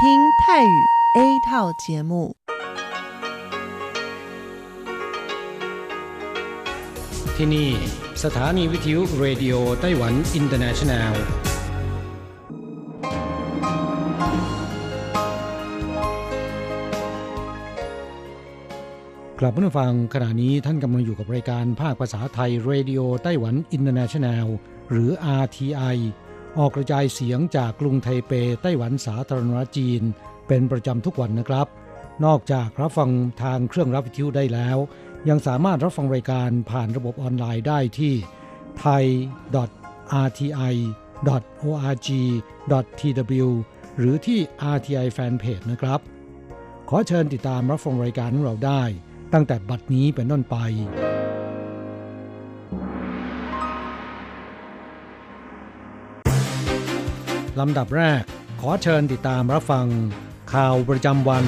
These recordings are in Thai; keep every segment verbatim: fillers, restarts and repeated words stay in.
听泰语 A 套节目ที่นี่สถานีวิทยุเรดิโอไต้หวันอินเตอร์เนชั่นแนลกลับมาฟังขณะนี้ท่านกำลังอยู่กับรายการภาคภาษาไทยเรดิโอไต้หวันอินเตอร์เนชั่นแนลหรือ อาร์ ที ไอ ออกกระจายเสียงจากกรุงไทเปไต้หวันสาธารณรัฐจีนเป็นประจำทุกวันนะครับนอกจากรับฟังทางเครื่องรับวิทยุได้แล้วยังสามารถรับฟังรายการผ่านระบบออนไลน์ได้ที่ ไทย ดอท อาร์ ที ไอ ดอท โอ อาร์ จี ดอท ที ดับเบิลยู หรือที่ อาร์ ที ไอ Fanpage นะครับขอเชิญติดตามรับฟังรายการของเราได้ตั้งแต่บัดนี้เป็นต้นไปลำดับแรกขอเชิญติดตามรับฟังข่าวประจำวัน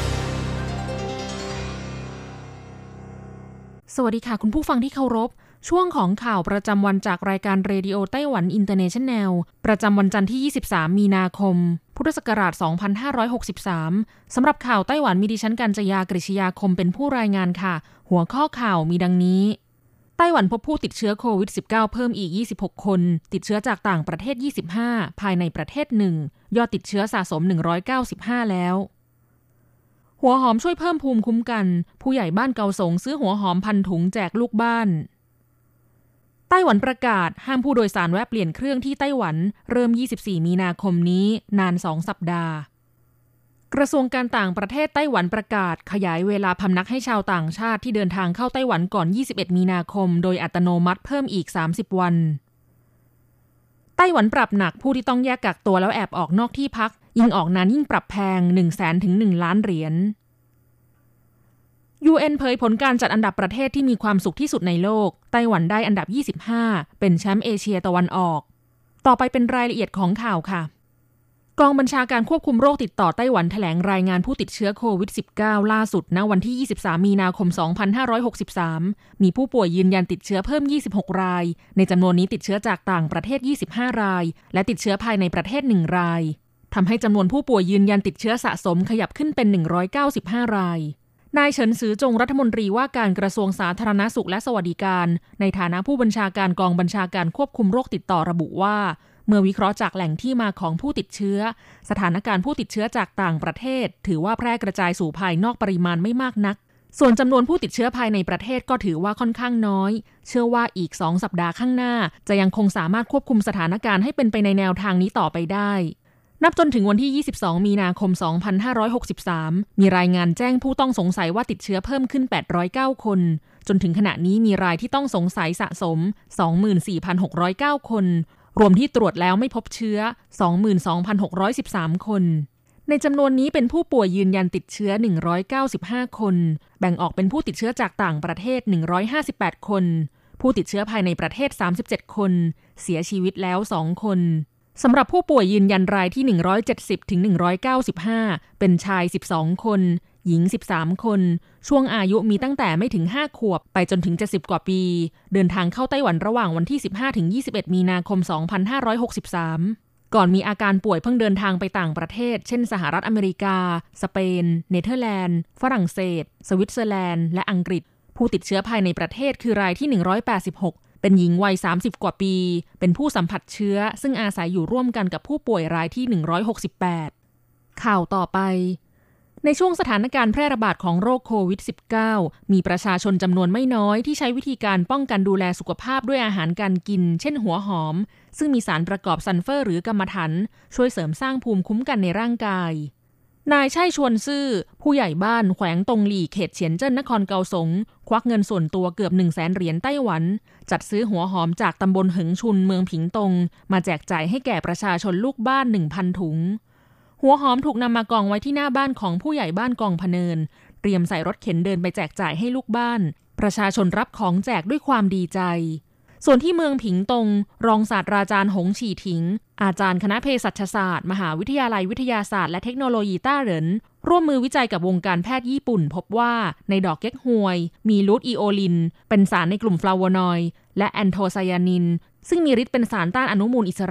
สวัสดีค่ะคุณผู้ฟังที่เคารพช่วงของข่าวประจำวันจากรายการเรดิโอไต้หวันอินเตอร์เนชั่นแนลประจำวันจันทร์ที่ยี่สิบสามมีนาคมพุทธศักราชสองพันห้าร้อยหกสิบสามสำหรับข่าวไต้หวันมีดิฉันกัญจยากฤษยาคมเป็นผู้รายงานค่ะหัวข้อข่าวมีดังนี้ไต้หวันพบผู้ติดเชื้อโควิด สิบเก้า เพิ่มอีกยี่สิบหกคนติดเชื้อจากต่างประเทศยี่สิบห้าภายในประเทศหนึ่งยอดติดเชื้อสะสมหนึ่งร้อยเก้าสิบห้าแล้วหัวหอมช่วยเพิ่มภูมิคุ้มกันผู้ใหญ่บ้านเกาสงซื้อหัวหอมพันถุงแจกลูกบ้านไต้หวันประกาศห้ามผู้โดยสารแวะเปลี่ยนเครื่องที่ไต้หวันเริ่มยี่สิบสี่มีนาคมนี้นานสองสัปดาห์กระทรวงการต่างประเทศไต้หวันประกาศขยายเวลาพำนักให้ชาวต่างชาติที่เดินทางเข้าไต้หวันก่อนยี่สิบเอ็ดมีนาคมโดยอัตโนมัติเพิ่มอีกสามสิบวันไต้หวันปรับหนักผู้ที่ต้องแยกกักตัวแล้วแอบออกนอกที่พักยิ่งออกนานยิ่งปรับแพง หนึ่งแสน ถึง หนึ่ง ล้านเหรียญ ยู เอ็น เผยผลการจัดอันดับประเทศที่มีความสุขที่สุดในโลกไต้หวันได้อันดับยี่สิบห้าเป็นแชมป์เอเชียตะวันออกต่อไปเป็นรายละเอียดของข่าวค่ะกองบัญชาการควบคุมโรคติดต่อไต้หวันแถลงรายงานผู้ติดเชื้อโควิด สิบเก้า ล่าสุดณวันที่ยี่สิบสามมีนาคมสองพันห้าร้อยหกสิบสามมีผู้ป่วยยืนยันติดเชื้อเพิ่มยี่สิบหกรายในจำนวนนี้ติดเชื้อจากต่างประเทศยี่สิบห้ารายและติดเชื้อภายในประเทศหนึ่งรายทำให้จำนวนผู้ป่วยยืนยันติดเชื้อสะสมขยับขึ้นเป็นหนึ่งร้อยเก้าสิบห้ารายนายเฉินซือจงรัฐมนตรีว่าการกระทรวงสาธารณสุขและสวัสดิการในฐานะผู้บัญชาการกองบัญชาการควบคุมโรคติดต่อระบุว่าเมื่อวิเคราะห์จากแหล่งที่มาของผู้ติดเชื้อสถานการณ์ผู้ติดเชื้อจากต่างประเทศถือว่าแพร่กระจายสู่ภายนอกปริมาณไม่มากนักส่วนจำนวนผู้ติดเชื้อภายในประเทศก็ถือว่าค่อนข้างน้อยเชื่อว่าอีกสองสัปดาห์ข้างหน้าจะยังคงสามารถควบคุมสถานการณ์ให้เป็นไปในแนวทางนี้ต่อไปได้นับจนถึงวันที่ยี่สิบสองมีนาคมสองพันห้าร้อยหกสิบสามมีรายงานแจ้งผู้ต้องสงสัยว่าติดเชื้อเพิ่มขึ้นแปดร้อยเก้าคนจนถึงขณะนี้มีรายที่ต้องสงสัยสะสม สองหมื่นสี่พันหกร้อยเก้าคนรวมที่ตรวจแล้วไม่พบเชื้อ สองหมื่นสองพันหกร้อยสิบสาม คนในจำนวนนี้เป็นผู้ป่วยยืนยันติดเชื้อหนึ่งร้อยเก้าสิบห้าคนแบ่งออกเป็นผู้ติดเชื้อจากต่างประเทศหนึ่งร้อยห้าสิบแปดคนผู้ติดเชื้อภายในประเทศสามสิบเจ็ดคนเสียชีวิตแล้วสองคนสำหรับผู้ป่วยยืนยันรายที่หนึ่งร้อยเจ็ดสิบถึงหนึ่งร้อยเก้าสิบห้าเป็นชายสิบสองคนหญิงสิบสามคนช่วงอายุมีตั้งแต่ไม่ถึงห้าขวบไปจนถึงเจ็ดสิบกว่าปีเดินทางเข้าไต้หวันระหว่างวันที่สิบห้าถึงยี่สิบเอ็ดมีนาคมสองพันห้าร้อยหกสิบสามก่อนมีอาการป่วยเพิ่งเดินทางไปต่างประเทศเช่นสหรัฐอเมริกาสเปนเนเธอร์แลนด์ฝรั่งเศสสวิตเซอร์แลนด์และอังกฤษผู้ติดเชื้อภายในประเทศคือรายที่หนึ่งร้อยแปดสิบหกเป็นหญิงวัยสามสิบกว่าปีเป็นผู้สัมผัสเชื้อซึ่งอาศัยอยู่ร่วมกันกับผู้ป่วยรายที่หนึ่งร้อยหกสิบแปดข่าวต่อไปในช่วงสถานการณ์แพร่ระบาดของโรคโควิด สิบเก้า มีประชาชนจำนวนไม่น้อยที่ใช้วิธีการป้องกันดูแลสุขภาพด้วยอาหารการกินเช่นหัวหอมซึ่งมีสารประกอบซัลเฟอร์หรือกัมมันถันช่วยเสริมสร้างภูมิคุ้มกันในร่างกายนายช่ายชวนซื่อผู้ใหญ่บ้านแขวงตงหลี่เขตเฉียนเจิ้นนครเกาสงควักเงินส่วนตัวเกือบ หนึ่งแสน เหรียญไต้หวันจัดซื้อหัวหอมจากตำบลเหิงชุนเมืองผิงตงมาแจกจ่ายให้แก่ประชาชนลูกบ้าน หนึ่งพัน ถุงหัวหอมถูกนำมากองไว้ที่หน้าบ้านของผู้ใหญ่บ้านกองพะเนินเตรียมใส่รถเข็นเดินไปแจกจ่ายให้ลูกบ้านประชาชนรับของแจกด้วยความดีใจส่วนที่เมืองผิงตงรองศาสตราจารย์หงฉีถิงอาจารย์คณะเภสัชศาสตร์มหาวิทยาลัยวิทยาศาสตร์และเทคโนโลยีต้าเหรินร่วมมือวิจัยกับวงการแพทย์ญี่ปุ่นพบว่าในดอกเก๊กฮวยมีลูทอีโอลินเป็นสารในกลุ่มฟลาโวนอยด์และแอนโทไซยานินซึ่งมีฤทธิ์เป็นสารต้านอนุมูลอิสระ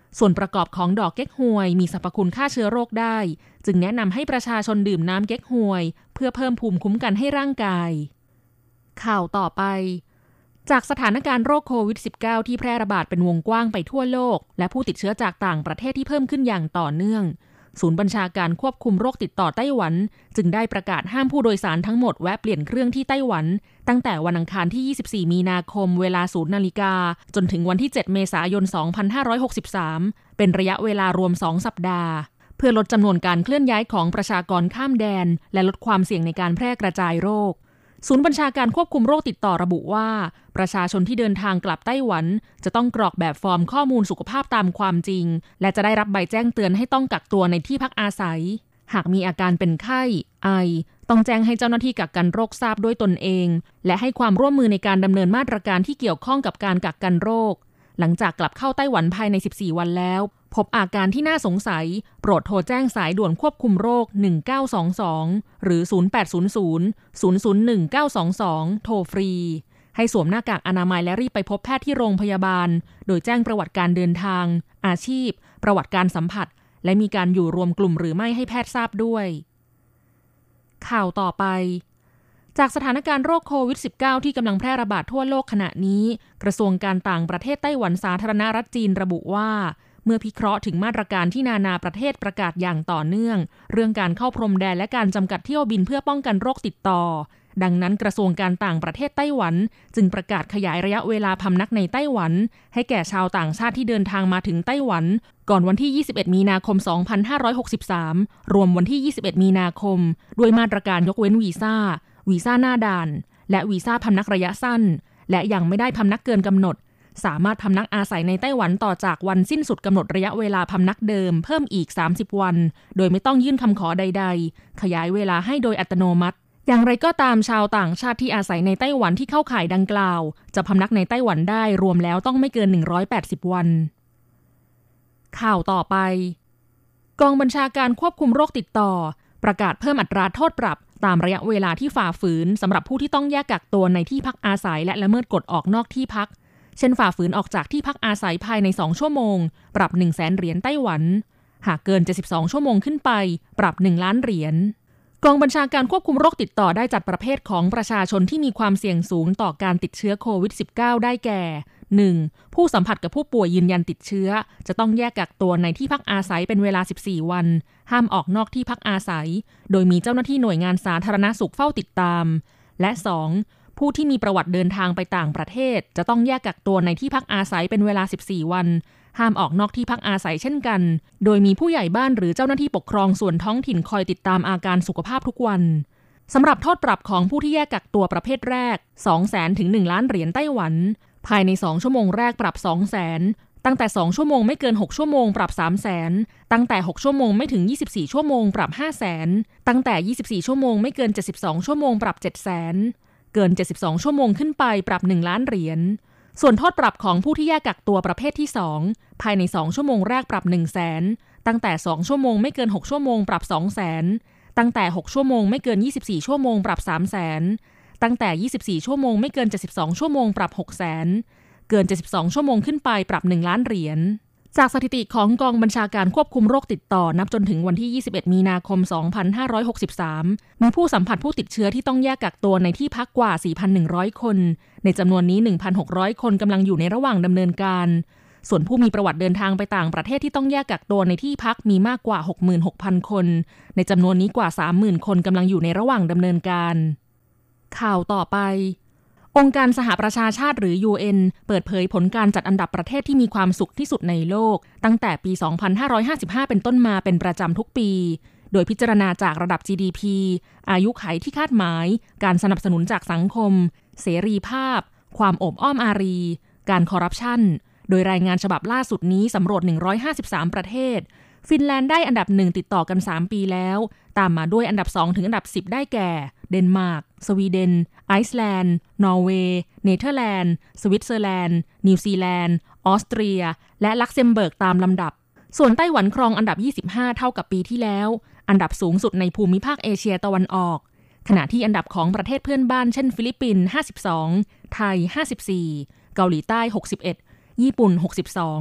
ส่วนประกอบของดอกเก๊กฮวยมีสรรพคุณฆ่าเชื้อโรคได้จึงแนะนำให้ประชาชนดื่มน้ำเก๊กฮวยเพื่อเพิ่มภูมิคุ้มกันให้ร่างกายข่าวต่อไปจากสถานการณ์โรคโควิด สิบเก้า ที่แพร่ระบาดเป็นวงกว้างไปทั่วโลกและผู้ติดเชื้อจากต่างประเทศที่เพิ่มขึ้นอย่างต่อเนื่องศูนย์บัญชาการควบคุมโรคติดต่อไต้หวันจึงได้ประกาศห้ามผู้โดยสารทั้งหมดแวะเปลี่ยนเครื่องที่ไต้หวันตั้งแต่วันอังคารที่ยี่สิบสี่มีนาคมเวลา ศูนย์นาฬิกาจนถึงวันที่เจ็ดเมษายนสองพันห้าร้อยหกสิบสามเป็นระยะเวลารวมสองสัปดาห์เพื่อลดจำนวนการเคลื่อนย้ายของประชากรข้ามแดนและลดความเสี่ยงในการแพร่กระจายโรคศูนย์บัญชาการควบคุมโรคติดต่อระบุว่าประชาชนที่เดินทางกลับไต้หวันจะต้องกรอกแบบฟอร์มข้อมูลสุขภาพตามความจริงและจะได้รับใบแจ้งเตือนให้ต้องกักตัวในที่พักอาศัยหากมีอาการเป็นไข้ไอต้องแจ้งให้เจ้าหน้าที่กักกันโรคทราบด้วยตนเองและให้ความร่วมมือในการดำเนินมาตรการที่เกี่ยวข้องกับการกักกันโรคหลังจากกลับเข้าไต้หวันภายในสิบสี่วันแล้วพบอาการที่น่าสงสัยโปรดโทรแจ้งสายด่วนควบคุมโรคหนึ่งเก้าสองสองหรือศูนย์ แปด ศูนย์ ศูนย์ ศูนย์ ศูนย์ หนึ่ง เก้า สอง สองโทรฟรีให้สวมหน้ากากอนามัยและรีบไปพบแพทย์ที่โรงพยาบาลโดยแจ้งประวัติการเดินทางอาชีพประวัติการสัมผัสและมีการอยู่รวมกลุ่มหรือไม่ให้แพทย์ทราบด้วยข่าวต่อไปจากสถานการณ์โรคโควิด สิบเก้า ที่กำลังแพร่ระบาดทั่วโลกขณะนี้กระทรวงการต่างประเทศไต้หวันสาธารณรัฐจีนระบุว่าเมื่อพิเคราะห์ถึงมาตรการที่นานาประเทศประกาศอย่างต่อเนื่องเรื่องการเข้าพรมแดนและการจำกัดเที่ยวบินเพื่อป้องกันโรคติดต่อดังนั้นกระทรวงการต่างประเทศไต้หวันจึงประกาศขยายระยะเวลาพำนักในไต้หวันให้แก่ชาวต่างชาติที่เดินทางมาถึงไต้หวันก่อนวันที่ยี่สิบเอ็ดมีนาคมสองพันห้าร้อยหกสิบสามรวมวันที่ยี่สิบเอ็ดมีนาคมด้วยมาตรการยกเว้นวีซ่าวีซ่าหน้าด่านและวีซ่าพำนักระยะสั้นและยังไม่ได้พำนักเกินกำหนดสามารถพำนักอาศัยในไต้หวันต่อจากวันสิ้นสุดกำหนดระยะเวลาพำนักเดิมเพิ่มอีกสามสิบวันโดยไม่ต้องยื่นคำขอใดๆขยายเวลาให้โดยอัตโนมัติอย่างไรก็ตามชาวต่างชาติที่อาศัยในไต้หวันที่เข้าข่ายดังกล่าวจะพำนักในไต้หวันได้รวมแล้วต้องไม่เกินหนึ่งร้อยแปดสิบวันข่าวต่อไปกองบัญชาการควบคุมโรคติดต่อประกาศเพิ่มอัตราโทษปรับตามระยะเวลาที่ฝ่าฝืนสำหรับผู้ที่ต้องแยกกักตัวในที่พักอาศัยและละเมิดกฎออกนอกที่พักเช่นฝ่าฝืนออกจากที่พักอาศัยภายในสองชั่วโมงปรับ หนึ่งแสน เหรียญไต้หวันหากเกินเจ็ดสิบสองชั่วโมงขึ้นไปปรับหนึ่งล้านเหรียญกองบัญชาการควบคุมโรคติดต่อได้จัดประเภทของประชาชนที่มีความเสี่ยงสูงต่อการติดเชื้อโควิด สิบเก้า ได้แก่ หนึ่ง ผู้สัมผัสกับผู้ป่วยยืนยันติดเชื้อจะต้องแยกกักตัวในที่พักอาศัยเป็นเวลาสิบสี่วันห้ามออกนอกที่พักอาศัยโดยมีเจ้าหน้าที่หน่วยงานสาธารณสุขเฝ้าติดตามและสองผู้ที่มีประวัติเดินทางไปต่างประเทศจะต้องแยกกักตัวในที่พักอาศัยเป็นเวลาสิบสี่วันห้ามออกนอกที่พักอาศัยเช่นกันโดยมีผู้ใหญ่บ้านหรือเจ้าหน้าที่ปกครองส่วนท้องถิ่นคอยติดตามอาการสุขภาพทุกวันสำหรับโทษปรับของผู้ที่แยกกักตัวประเภทแรก สองแสน ถึง หนึ่ง ล้านเหรียญไต้หวันภายในสองชั่วโมงแรกปรับ สองแสน ตั้งแต่สองชั่วโมงไม่เกินหกชั่วโมงปรับ สามแสน ตั้งแต่หกชั่วโมงไม่ถึงยี่สิบสี่ชั่วโมงปรับ ห้าแสน ตั้งแต่ยี่สิบสี่ชั่วโมงไม่เกินเจ็ดสิบสองชั่วโมงปรับ เจ็ดแสนเกินเจ็ดสิบสองชั่วโมงขึ้นไปปรับหนึ่งล้านเหรียญส่วนโทษปรับของผู้ที่แยกกักตัวประเภทที่สองภายในสองชั่วโมงแรกปรับ หนึ่งแสน ตั้งแต่สองชั่วโมงไม่เกินหกชั่วโมงปรับ สองแสน ตั้งแต่หกชั่วโมงไม่เกินยี่สิบสี่ชั่วโมงปรับ สามแสน ตั้งแต่ยี่สิบสี่ชั่วโมงไม่เกินเจ็ดสิบสองชั่วโมงปรับ หกแสน เกินเจ็ดสิบสองชั่วโมงขึ้นไปปรับหนึ่งล้านเหรียญจากสถิติของกองบัญชาการควบคุมโรคติดต่อนับจนถึงวันที่ยี่สิบเอ็ดมีนาคมสองพันห้าร้อยหกสิบสามมีผู้สัมผัสผู้ติดเชื้อที่ต้องแยกกักตัวในที่พักกว่า สี่พันหนึ่งร้อย คนในจำนวนนี้ หนึ่งพันหกร้อย คนกำลังอยู่ในระหว่างดำเนินการส่วนผู้มีประวัติเดินทางไปต่างประเทศที่ต้องแยกกักตัวในที่พักมีมากกว่า หกหมื่นหกพัน คนในจำนวนนี้กว่า สามหมื่น คนกำลังอยู่ในระหว่างดำเนินการข่าวต่อไปองค์การสหประชาชาติหรือ ยู เอ็น เปิดเผยผลการจัดอันดับประเทศที่มีความสุขที่สุดในโลกตั้งแต่ปี สองพันห้าร้อยห้าสิบห้า เป็นต้นมาเป็นประจำทุกปีโดยพิจารณาจากระดับ จี ดี พี อายุขัยที่คาดหมายการสนับสนุนจากสังคมเสรีภาพความโอบอ้อมอารีการคอร์รัปชันโดยรายงานฉบับล่าสุดนี้สำรวจหนึ่งร้อยห้าสิบสามประเทศฟินแลนด์ได้อันดับหนึ่งติดต่อกันสามปีแล้วตามมาด้วยอันดับสองถึงอันดับสิบได้แก่เดนมาร์กสวีเดนไอซ์แลนด์นอร์เวย์เนเธอร์แลนด์สวิตเซอร์แลนด์นิวซีแลนด์ออสเตรียและลักเซมเบิร์กตามลำดับส่วนไต้หวันครองอันดับยี่สิบห้าเท่ากับปีที่แล้วอันดับสูงสุดในภูมิภาคเอเชียตะวันออกขณะที่อันดับของประเทศเพื่อนบ้านเช่นฟิลิปปินส์ห้าสิบสองไทยห้าสิบสี่เกาหลีใต้หกสิบเอ็ดญี่ปุ่นหกสิบสอง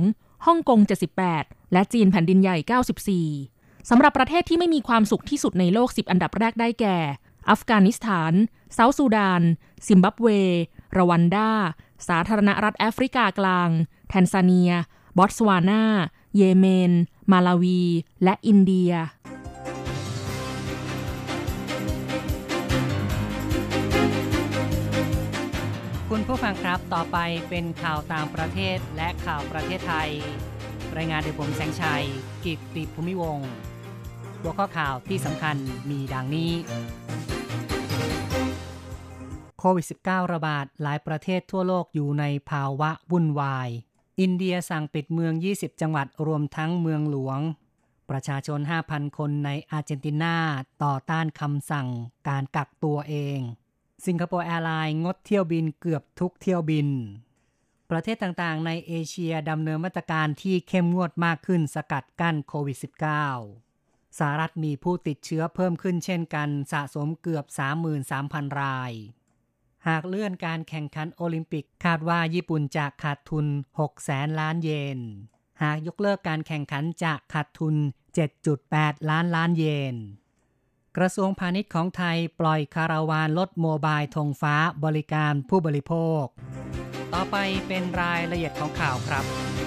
ฮ่องกงเจ็ดสิบแปดและจีนแผ่นดินใหญ่เก้าสิบสี่สำหรับประเทศที่ไม่มีความสุขที่สุดในโลกสิบอันดับแรกได้แก่อัฟกานิสถานเซาท์ซูดานซิมบับเวรวันดาสาธารณรัฐแอฟริกากลางแทนซาเนียบอตสวานาเยเมนมาลาวีและอินเดียคุณผู้ฟังครับต่อไปเป็นข่าวต่างประเทศและข่าวประเทศไทยรายงานโดยผมแสงชัยกิตติภูมิวงศ์หัวข้อข่าวที่สำคัญมีดังนี้โควิด สิบเก้า ระบาดหลายประเทศทั่วโลกอยู่ในภาวะวุ่นวายอินเดียสั่งปิดเมืองยี่สิบจังหวัดรวมทั้งเมืองหลวงประชาชน ห้าพัน คนในอาร์เจนตินาต่อต้านคำสั่งการกักตัวเองสิงคโปร์แอร์ไลน์งดเที่ยวบินเกือบทุกเที่ยวบินประเทศต่างๆในเอเชียดำเนินมาตรการที่เข้มงวดมากขึ้นสกัดกั้นโควิด สิบเก้า สหรัฐมีผู้ติดเชื้อเพิ่มขึ้นเช่นกันสะสมเกือบ สามหมื่นสามพัน รายหากเลื่อนการแข่งขันโอลิมปิกคาดว่าญี่ปุ่นจะขาดทุนหกแสนล้านเยนหากยกเลิกการแข่งขันจะขาดทุน เจ็ดจุดแปด ล้านล้านเยนกระทรวงพาณิชย์ของไทยปล่อยคาราวานรถโมบายธงฟ้าบริการผู้บริโภคต่อไปเป็นรายละเอียดของข่าวครับ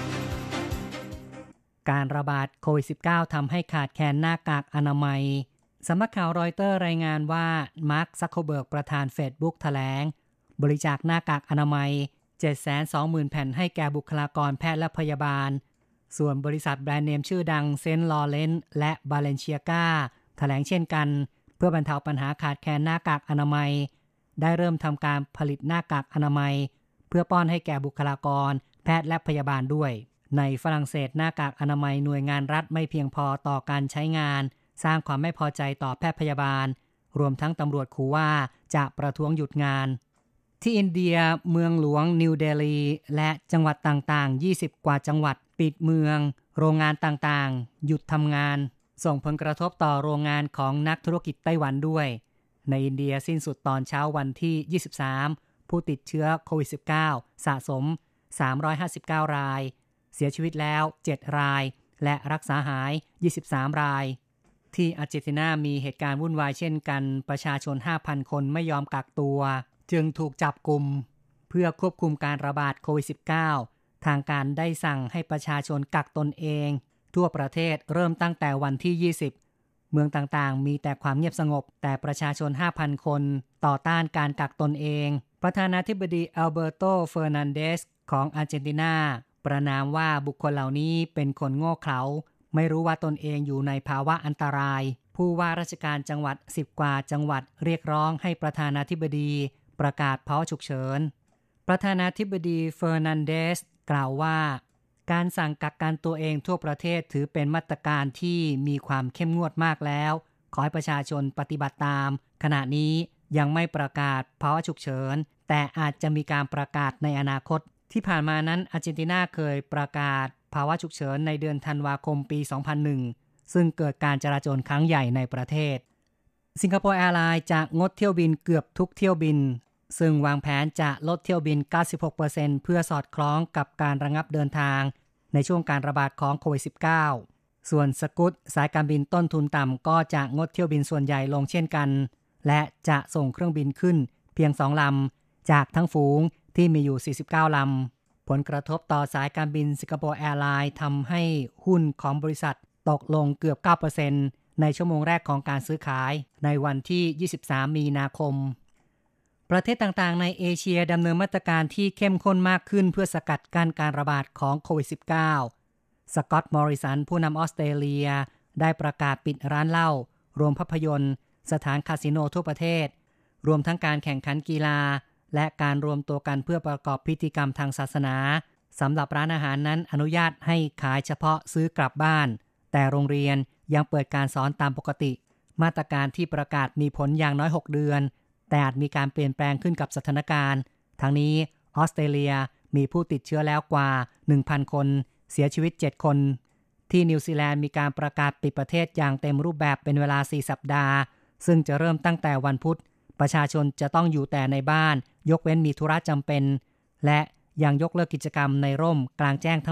การระบาดโควิด สิบเก้า ทำให้ขาดแคลนหน้ากากอนามัยสำนักข่าวรอยเตอร์รายงานว่ามาร์ค ซักเคอร์เบิร์กประธาน Facebook แถลงบริจาคหน้ากากอนามัย เจ็ดแสนสองหมื่น แผ่นให้แก่บุคลากรแพทย์และพยาบาลส่วนบริษัทแบรนด์เนมชื่อดังเซนต์ลอเรนซ์และบาเลนเชียกาแถลงเช่นกันเพื่อบรรเทาปัญหาขาดแคลนหน้ากากอนามัยได้เริ่มทำการผลิตหน้ากากอนามัยเพื่อป้อนให้แก่บุคลากรแพทย์และพยาบาลด้วยในฝรั่งเศสหน้ากากอนามัยหน่วยงานรัฐไม่เพียงพอต่อการใช้งานสร้างความไม่พอใจต่อแพทย์พยาบาลรวมทั้งตำรวจขู่ว่าจะประท้วงหยุดงานที่อินเดียเมืองหลวงนิวเดลีและจังหวัดต่างๆยี่สิบกว่าจังหวัดปิดเมืองโรงงานต่างๆหยุดทำงานส่งผลกระทบต่อโรงงานของนักธุรกิจไต้หวันด้วยในอินเดียสิ้นสุดตอนเช้าวันที่ยี่สิบสามผู้ติดเชื้อโควิด สิบเก้า สะสมสามร้อยห้าสิบเก้ารายเสียชีวิตแล้วเจ็ดรายและรักษาหายยี่สิบสามรายที่อาร์เจนตินามีเหตุการณ์วุ่นวายเช่นกันประชาชน ห้าพัน คนไม่ยอมกักตัวจึงถูกจับกุมเพื่อควบคุมการระบาดโควิด สิบเก้า ทางการได้สั่งให้ประชาชนกักตนเองทั่วประเทศเริ่มตั้งแต่วันที่ยี่สิบเมืองต่างๆมีแต่ความเงียบสงบแต่ประชาชน ห้าพัน คนต่อต้านการกักตนเองประธานาธิบดีอัลเบโตเฟอร์นันเดสของอาร์เจนตินาประณามว่าบุคคลเหล่านี้เป็นคนโง่เขลาไม่รู้ว่าตนเองอยู่ในภาวะอันตรายผู้ว่าราชการจังหวัดสิบกว่าจังหวัดเรียกร้องให้ประธานาธิบดีประกาศภาวะฉุกเฉินประธานาธิบดีเฟอร์นันเดสกล่าวว่าการสั่งกักกันตัวเองทั่วประเทศถือเป็นมาตรการที่มีความเข้มงวดมากแล้วขอให้ประชาชนปฏิบัติตามขณะนี้ยังไม่ประกาศภาวะฉุกเฉินแต่อาจจะมีการประกาศในอนาคตที่ผ่านมานั้นอาร์เจนตินาเคยประกาศภาวะฉุกเฉินในเดือนธันวาคมปีสองพันหนึ่งซึ่งเกิดการจราจรครั้งใหญ่ในประเทศสิงคโปร์แอร์ไลน์จะงดเที่ยวบินเกือบทุกเที่ยวบินซึ่งวางแผนจะลดเที่ยวบิน เก้าสิบหกเปอร์เซ็นต์ เพื่อสอดคล้องกับการระงับเดินทางในช่วงการระบาดของโควิด สิบเก้า ส่วนสกู๊ตสายการบินต้นทุนต่ำก็จะงดเที่ยวบินส่วนใหญ่ลงเช่นกันและจะส่งเครื่องบินขึ้นเพียงสองลำจากทั้งฝูงที่มีอยู่สี่สิบเก้าลำผลกระทบต่อสายการบินสิงคโปร์แอร์ไลน์ทำให้หุ้นของบริษัทตกลงเกือบ เก้าเปอร์เซ็นต์ ในชั่วโมงแรกของการซื้อขายในวันที่ยี่สิบสามมีนาคมประเทศต่างๆในเอเชียดำเนินมาตรการที่เข้มข้นมากขึ้นเพื่อสกัดกั้นการระบาดของโควิด สิบเก้า สกอตต์ มอริสันผู้นำออสเตรเลียได้ประกาศปิดร้านเหล้ารวมภาพยนตร์สถานคาสิโนทั่วประเทศรวมทั้งการแข่งขันกีฬาและการรวมตัวกันเพื่อประกอบพิธีกรรมทางศาสนาสำหรับร้านอาหารนั้นอนุญาตให้ขายเฉพาะซื้อกลับบ้านแต่โรงเรียนยังเปิดการสอนตามปกติมาตรการที่ประกาศมีผลอย่างน้อยหกเดือนแต่อาจมีการเปลี่ยนแปลงขึ้นกับสถานการณ์ทั้งนี้ออสเตรเลียมีผู้ติดเชื้อแล้วกว่า หนึ่งพัน คนเสียชีวิตเจ็ดคนที่นิวซีแลนด์มีการประกาศปิดประเทศอย่างเต็มรูปแบบเป็นเวลาสี่สัปดาห์ซึ่งจะเริ่มตั้งแต่วันพุธประชาชนจะต้องอยู่แต่ในบ้านยกเว้นมีธุระจำเป็นและยังยกเลิกกิจกรรมในร่มกลางแจ้งทั้งหมด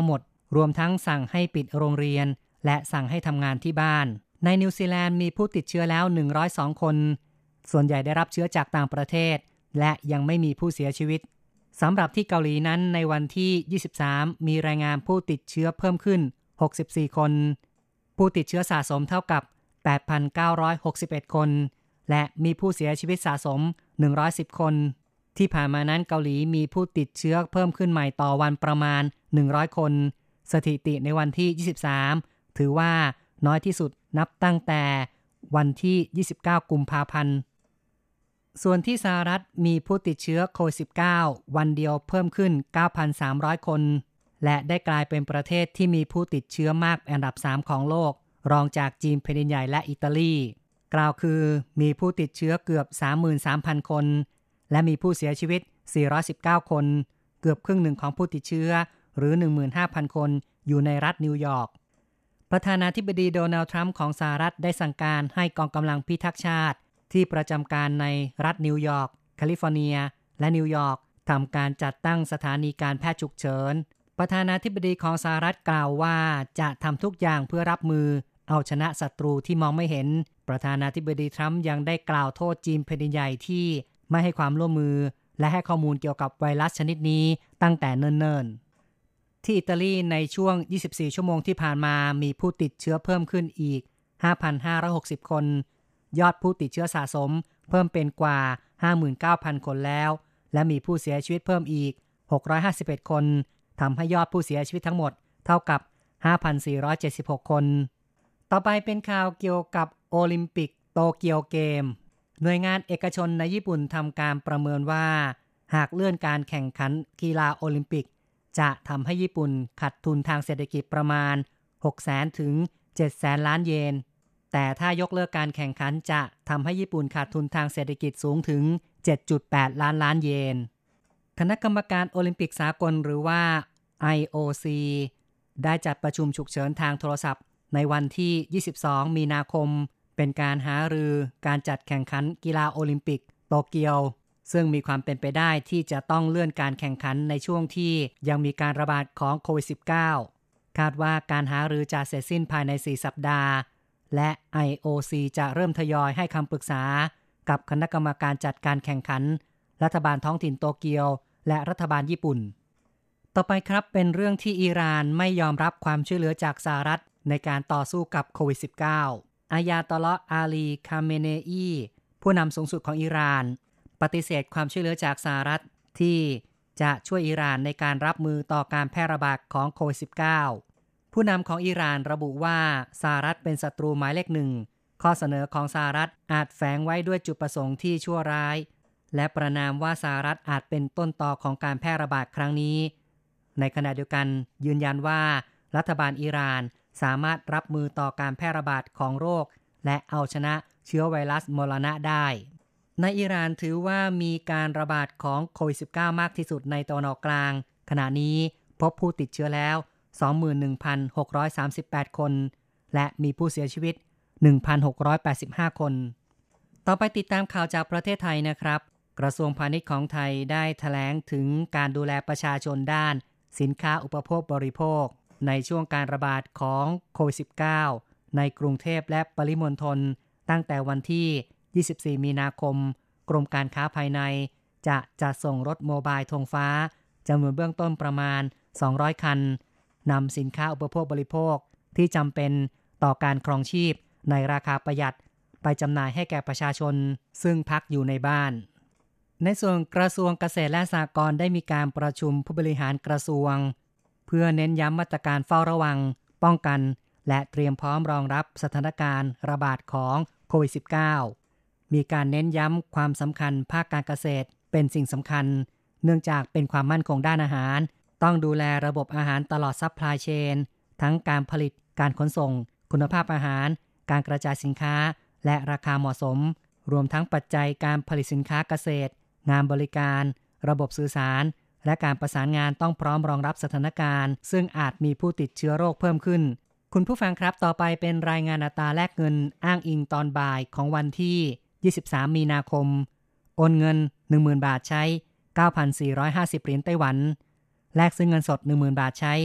รวมทั้งสั่งให้ปิดโรงเรียนและสั่งให้ทำงานที่บ้านในนิวซีแลนด์มีผู้ติดเชื้อแล้วหนึ่งร้อยสองคนส่วนใหญ่ได้รับเชื้อจากต่างประเทศและยังไม่มีผู้เสียชีวิตสำหรับที่เกาหลีนั้นในวันที่ยี่สิบสามมีรายงานผู้ติดเชื้อเพิ่มขึ้นหกสิบสี่คนผู้ติดเชื้อสะสมเท่ากับ แปดพันเก้าร้อยหกสิบเอ็ด คนและมีผู้เสียชีวิตสะสมหนึ่งร้อยสิบคนที่ผ่านมานั้นเกาหลีมีผู้ติดเชื้อเพิ่มขึ้นใหม่ต่อวันประมาณหนึ่งร้อยคนสถิติในวันที่ยี่สิบสามถือว่าน้อยที่สุดนับตั้งแต่วันที่ยี่สิบเก้ากุมภาพันธ์ส่วนที่สหรัฐมีผู้ติดเชื้อโควิด สิบเก้า วันเดียวเพิ่มขึ้น เก้าพันสามร้อย คนและได้กลายเป็นประเทศที่มีผู้ติดเชื้อมากอันดับสามของโลกรองจากจีนแผ่นดินใหญ่และอิตาลีกล่าวคือมีผู้ติดเชื้อเกือบ สามหมื่นสามพัน คนและมีผู้เสียชีวิตสี่ร้อยสิบเก้าคนเกือบครึ่งหนึ่งของผู้ติดเชื้อหรือ หนึ่งหมื่นห้าพัน คนอยู่ในรัฐนิวยอร์กประธานาธิบดีโดนัลด์ทรัมป์ของสหรัฐได้สั่งการให้กองกำลังพิทักษ์ชาติที่ประจำการในรัฐนิวยอร์กแคลิฟอร์เนียและนิวยอร์กทำการจัดตั้งสถานีการแพทย์ฉุกเฉินประธานาธิบดีของสหรัฐกล่าวว่าจะทำทุกอย่างเพื่อรับมือเอาชนะศัตรูที่มองไม่เห็นประธานาธิบดีทรัมป์ยังได้กล่าวโทษจีนแผ่นดินใหญ่ที่ไม่ให้ความร่วมมือและให้ข้อมูลเกี่ยวกับไวรัสชนิดนี้ตั้งแต่เนิ่นๆที่อิตาลีในช่วงยี่สิบสี่ชั่วโมงที่ผ่านมามีผู้ติดเชื้อเพิ่มขึ้นอีก ห้าพันห้าร้อยหกสิบ คนยอดผู้ติดเชื้อสะสมเพิ่มเป็นกว่า ห้าหมื่นเก้าพัน คนแล้วและมีผู้เสียชีวิตเพิ่มอีกหกร้อยห้าสิบเอ็ดคนทำให้ยอดผู้เสียชีวิตทั้งหมดเท่ากับ ห้าพันสี่ร้อยเจ็ดสิบหก คนต่อไปเป็นข่าวเกี่ยวกับโอลิมปิกโตเกียวเกมหน่วยงานเอกชนในญี่ปุ่นทำการประเมินว่าหากเลื่อนการแข่งขันกีฬาโอลิมปิกจะทำให้ญี่ปุ่นขาดทุนทางเศรษฐกิจประมาณ หกแสน ถึง เจ็ดแสน ล้านเยนแต่ถ้ายกเลิกการแข่งขันจะทำให้ญี่ปุ่นขาดทุนทางเศรษฐกิจสูงถึง เจ็ดจุดแปด ล้านล้านเยนคณะกรรมการโอลิมปิกสากลหรือว่า ไอ โอ ซี ได้จัดประชุมฉุกเฉินทางโทรศัพท์ในวันที่ยี่สิบสองมีนาคมเป็นการหารือการจัดแข่งขันกีฬาโอลิมปิกโตเกียวซึ่งมีความเป็นไปได้ที่จะต้องเลื่อนการแข่งขันในช่วงที่ยังมีการระบาดของโควิด สิบเก้า คาดว่าการหารือจะเสร็จสิ้นภายในสี่สัปดาห์และ ไอ โอ ซี จะเริ่มทยอยให้คำปรึกษากับคณะกรรมการจัดการแข่งขันรัฐบาลท้องถิ่นโตเกียวและรัฐบาลญี่ปุ่นต่อไปครับเป็นเรื่องที่อิหร่านไม่ยอมรับความช่วยเหลือจากสหรัฐในการต่อสู้กับโควิด สิบเก้า อายาตอลลอฮ์อาลีคาเมเนอีผู้นำสูงสุดของอิหร่านปฏิเสธความช่วยเหลือจากสหรัฐที่จะช่วยอิหร่านในการรับมือต่อการแพร่ระบาดของโควิด สิบเก้า ผู้นำของอิหร่านระบุว่าสหรัฐเป็นศัตรูหมายเลขหนึ่งข้อเสนอของสหรัฐอาจแฝงไว้ด้วยจุดประสงค์ที่ชั่วร้ายและประณามว่าสหรัฐอาจเป็นต้นตอของการแพร่ระบาดครั้งนี้ในขณะเดียวกันยืนยันว่ารัฐบาลอิหร่านสามารถรับมือต่อการแพร่ระบาดของโรคและเอาชนะเชื้อไวรัสมรณะได้ในอิหร่านถือว่ามีการระบาดของโควิด สิบเก้า มากที่สุดในตะวันออกกลางขณะนี้พบผู้ติดเชื้อแล้ว สองหมื่นหนึ่งพันหกร้อยสามสิบแปด คนและมีผู้เสียชีวิต หนึ่งพันหกร้อยแปดสิบห้า คนต่อไปติดตามข่าวจากประเทศไทยนะครับกระทรวงพาณิชย์ของไทยได้แถลงถึงการดูแลประชาชนด้านสินค้าอุปโภคบริโภคในช่วงการระบาดของโควิด สิบเก้า ในกรุงเทพและปริมณฑลตั้งแต่วันที่ยี่สิบสี่มีนาคมกรมการค้าภายในจะจัดส่งรถโมบายธงฟ้าจำนวนเบื้องต้นประมาณสองร้อยคันนำสินค้าอุปโภคบริโภคที่จำเป็นต่อการครองชีพในราคาประหยัดไปจำหน่ายให้แก่ประชาชนซึ่งพักอยู่ในบ้านในส่วนกระทรวงเกษตรและสหกรณ์ได้มีการประชุมผู้บริหารกระทรวงเพื่อเน้นย้ำมาตรการเฝ้าระวังป้องกันและเตรียมพร้อมรองรับสถานการณ์ระบาดของโควิด สิบเก้า มีการเน้นย้ำความสำคัญภาคการเกษตรเป็นสิ่งสำคัญเนื่องจากเป็นความมั่นคงด้านอาหารต้องดูแลระบบอาหารตลอดซัพพลายเชนทั้งการผลิตการขนส่งคุณภาพอาหารการกระจายสินค้าและราคาเหมาะสมรวมทั้งปัจจัยการผลิตสินค้าเกษตรงานบริการระบบสื่อสารและการประสานงานต้องพร้อมรองรับสถานการณ์ซึ่งอาจมีผู้ติดเชื้อโรคเพิ่มขึ้นคุณผู้ฟังครับต่อไปเป็นรายงานอัตราแลกเงินอ้างอิงตอนบ่ายของวันที่ยี่สิบสามมีนาคมโอนเงิน หนึ่งหมื่น บาทใช้ เก้าพันสี่ร้อยห้าสิบ เหรียญไต้หวันแลกซื้อเงินสด หนึ่งหมื่น บาทใช้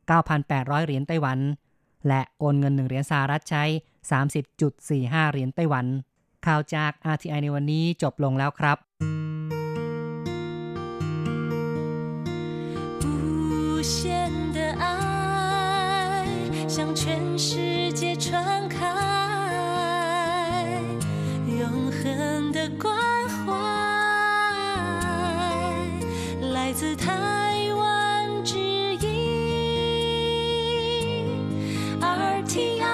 เก้าพันแปดร้อย เหรียญไต้หวันและโอนเงินหนึ่งเหรียญสหรัฐใช้ สามสิบจุดสี่ห้า เหรียญไต้หวันข่าวจาก อาร์ ที ไอ ในวันนี้จบลงแล้วครับ向全世界传开永恒的关怀来自台湾之音 อาร์ ที ไอ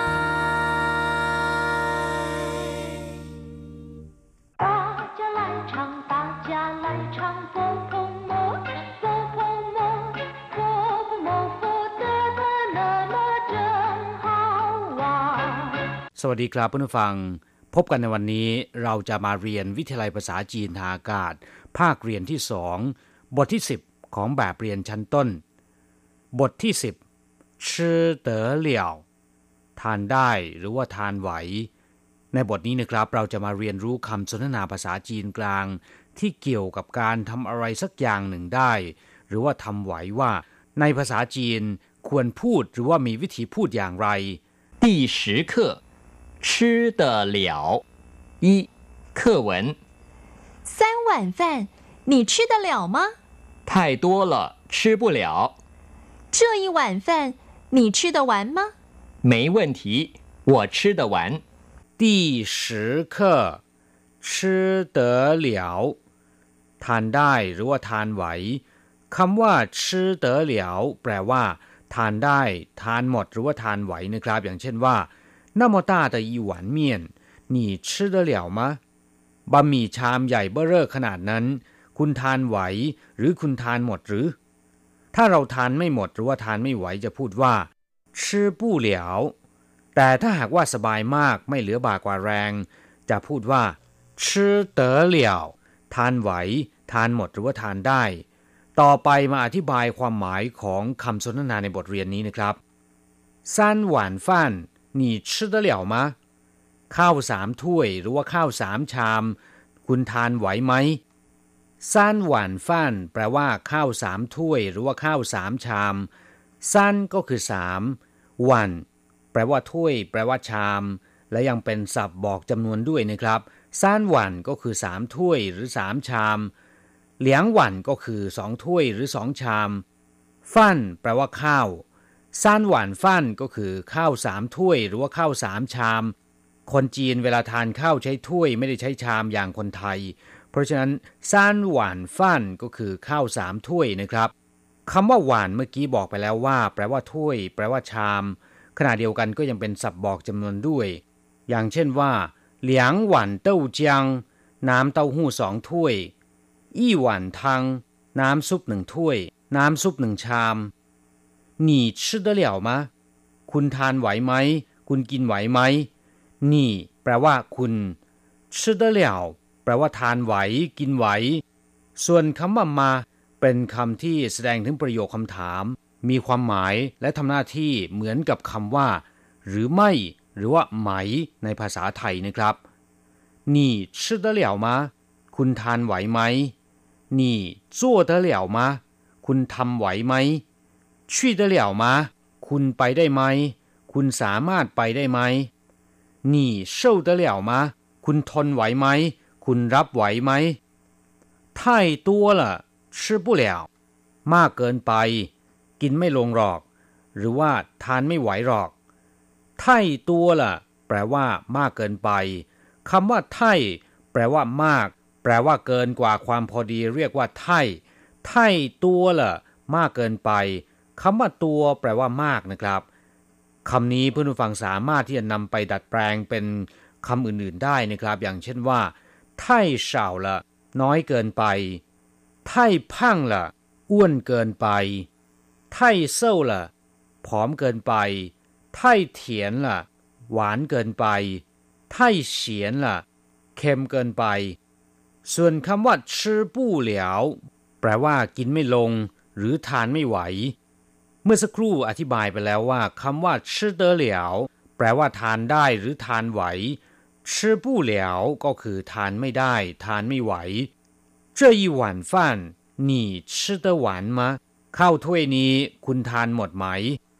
大家来唱大家来唱佛佛摩佛佛摩佛佛摩佛得得那么真好玩สวัสดีครับเพื่อนผู้ฟังพบกันในวันนี้เราจะมาเรียนวิทยาลัยภาษาจีนทางอากาศภาคเรียนที่สองบทที่สิบของแบบเรียนชั้นต้นบทที่สิบชื่อเต๋อเหลี่ยวทานได้หรือว่าทานไหวในบทนี้นะครับเราจะมาเรียนรู้คำสนทนาภาษาจีนกลางที่เกี่ยวกับการทำอะไรสักอย่างหนึ่งได้หรือว่าทำไหวว่าในภาษาจีนควรพูดหรือว่ามีวิธีพูดอย่างไร第十课吃得了一课文三碗饭你吃得了吗太多了吃不了这一碗饭你吃得完吗没问题我吃得完第十课吃得了ทานได้หรือว่าทานไหวคำว่า吃得了แปลว่าทานได้ทานหมดหรือว่าทานไหวนะครับอย่างเช่นว่า那么大的一碗面你吃得了吗บะหมี่ชามใหญ่เบ้อเร่อขนาดนั้นคุณทานไหวหรือคุณทานหมดหรือถ้าเราทานไม่หมดหรือว่าทานไม่ไหวจะพูดว่า吃不了แต่ถ้าหากว่าสบายมากไม่เหลือบ่ากว่าแรงจะพูดว่า吃得了ทานไหวทานหมดหรือว่าทานได้ต่อไปมาอธิบายความหมายของคำสนทนาในบทเรียนนี้นะครับ三碗饭你吃得了吗ข้าวสามถ้วยหรือว่าข้าวสามชามคุณทานไหวไหมซันหวานฟันแปลว่าข้าวสามถ้วยหรือว่าข้าวสามชามซันก็คือสามหวานแปลว่าถ้วยแปลว่าชามและยังเป็นศัพท์บอกจำนวนด้วยนะครับซันหวานก็คือสามถ้วยหรือสามชามเหลียงหวานก็คือสองถ้วยหรือสองชามฟันแปลว่าข้าวซานหวานฟันก็คือข้าวสามถ้วยหรือว่าข้าวสามชามคนจีนเวลาทานข้าวใช้ถ้วยไม่ได้ใช้ชามอย่างคนไทยเพราะฉะนั้นซานหวานฟันก็คือข้าวสามถ้วยนะครับคำว่าหวานเมื่อกี้บอกไปแล้วว่าแปลว่าถ้วยแปลว่าชามขณะเดียวกันก็ยังเป็นศัพท์บอกจำนวนด้วยอย่างเช่นว่าเหลียงหวานเต้าเจียงน้ำเต้าหู้สองถ้วยอี้หวานทังน้ำซุปหนึ่งถ้วยน้ำซุปหนึ่งชาม你吃得了吗คุณทานไหวไหมคุณกินไหวไหมนี่แปลว่าคุณ吃得了แปลว่าทานไหวกินไหวส่วนคำว่ามาเป็นคำที่แสดงถึงประโยคคำถามมีความหมายและทำหน้าที่เหมือนกับคำว่าหรือไม่หรือว่าไหมในภาษาไทยนะครับ你吃得了吗คุณทานไหวไหม你做得了吗คุณทำไหวไหม去得了吗คุณไปได้ไหมคุณสามารถไปได้ไหม你受得了吗คุณทนไหวไหมคุณรับไหวไหม太多了吃不了มากเกินไปกินไม่ลงหรอกหรือว่าทานไม่ไหวหรอก太多了แปลว่ามากเกินไปคำว่าไท่แปลว่ามากแปลว่าเกินกว่าความพอดีเรียกว่าไท่ไท่ตัวละมากเกินไปคำว่าตัวแปลว่ามากนะครับคำนี้เพื่อนผู้ฟังสามารถที่จะนำไปดัดแปลงเป็นคำอื่นๆได้นะครับอย่างเช่นว่าไท่เฉาละน้อยเกินไปไท่พังละอ้วนเกินไปไท่เซ่าละผอมเกินไปไท่เถียนละหวานเกินไปไท่เฉียนละเค็มเกินไปส่วนคำว่า吃不了แปลว่ากินไม่ลงหรือทานไม่ไหวเมื่อสักครู่อธิบายไปแล้วว่าคำว่า吃得了แปลว่าทานได้หรือทานไหว吃不了ก็คือทานไม่ได้ทานไม่ไหว这一碗饭你吃得完吗ข้าวถ้วยนี้คุณทานหมดไหม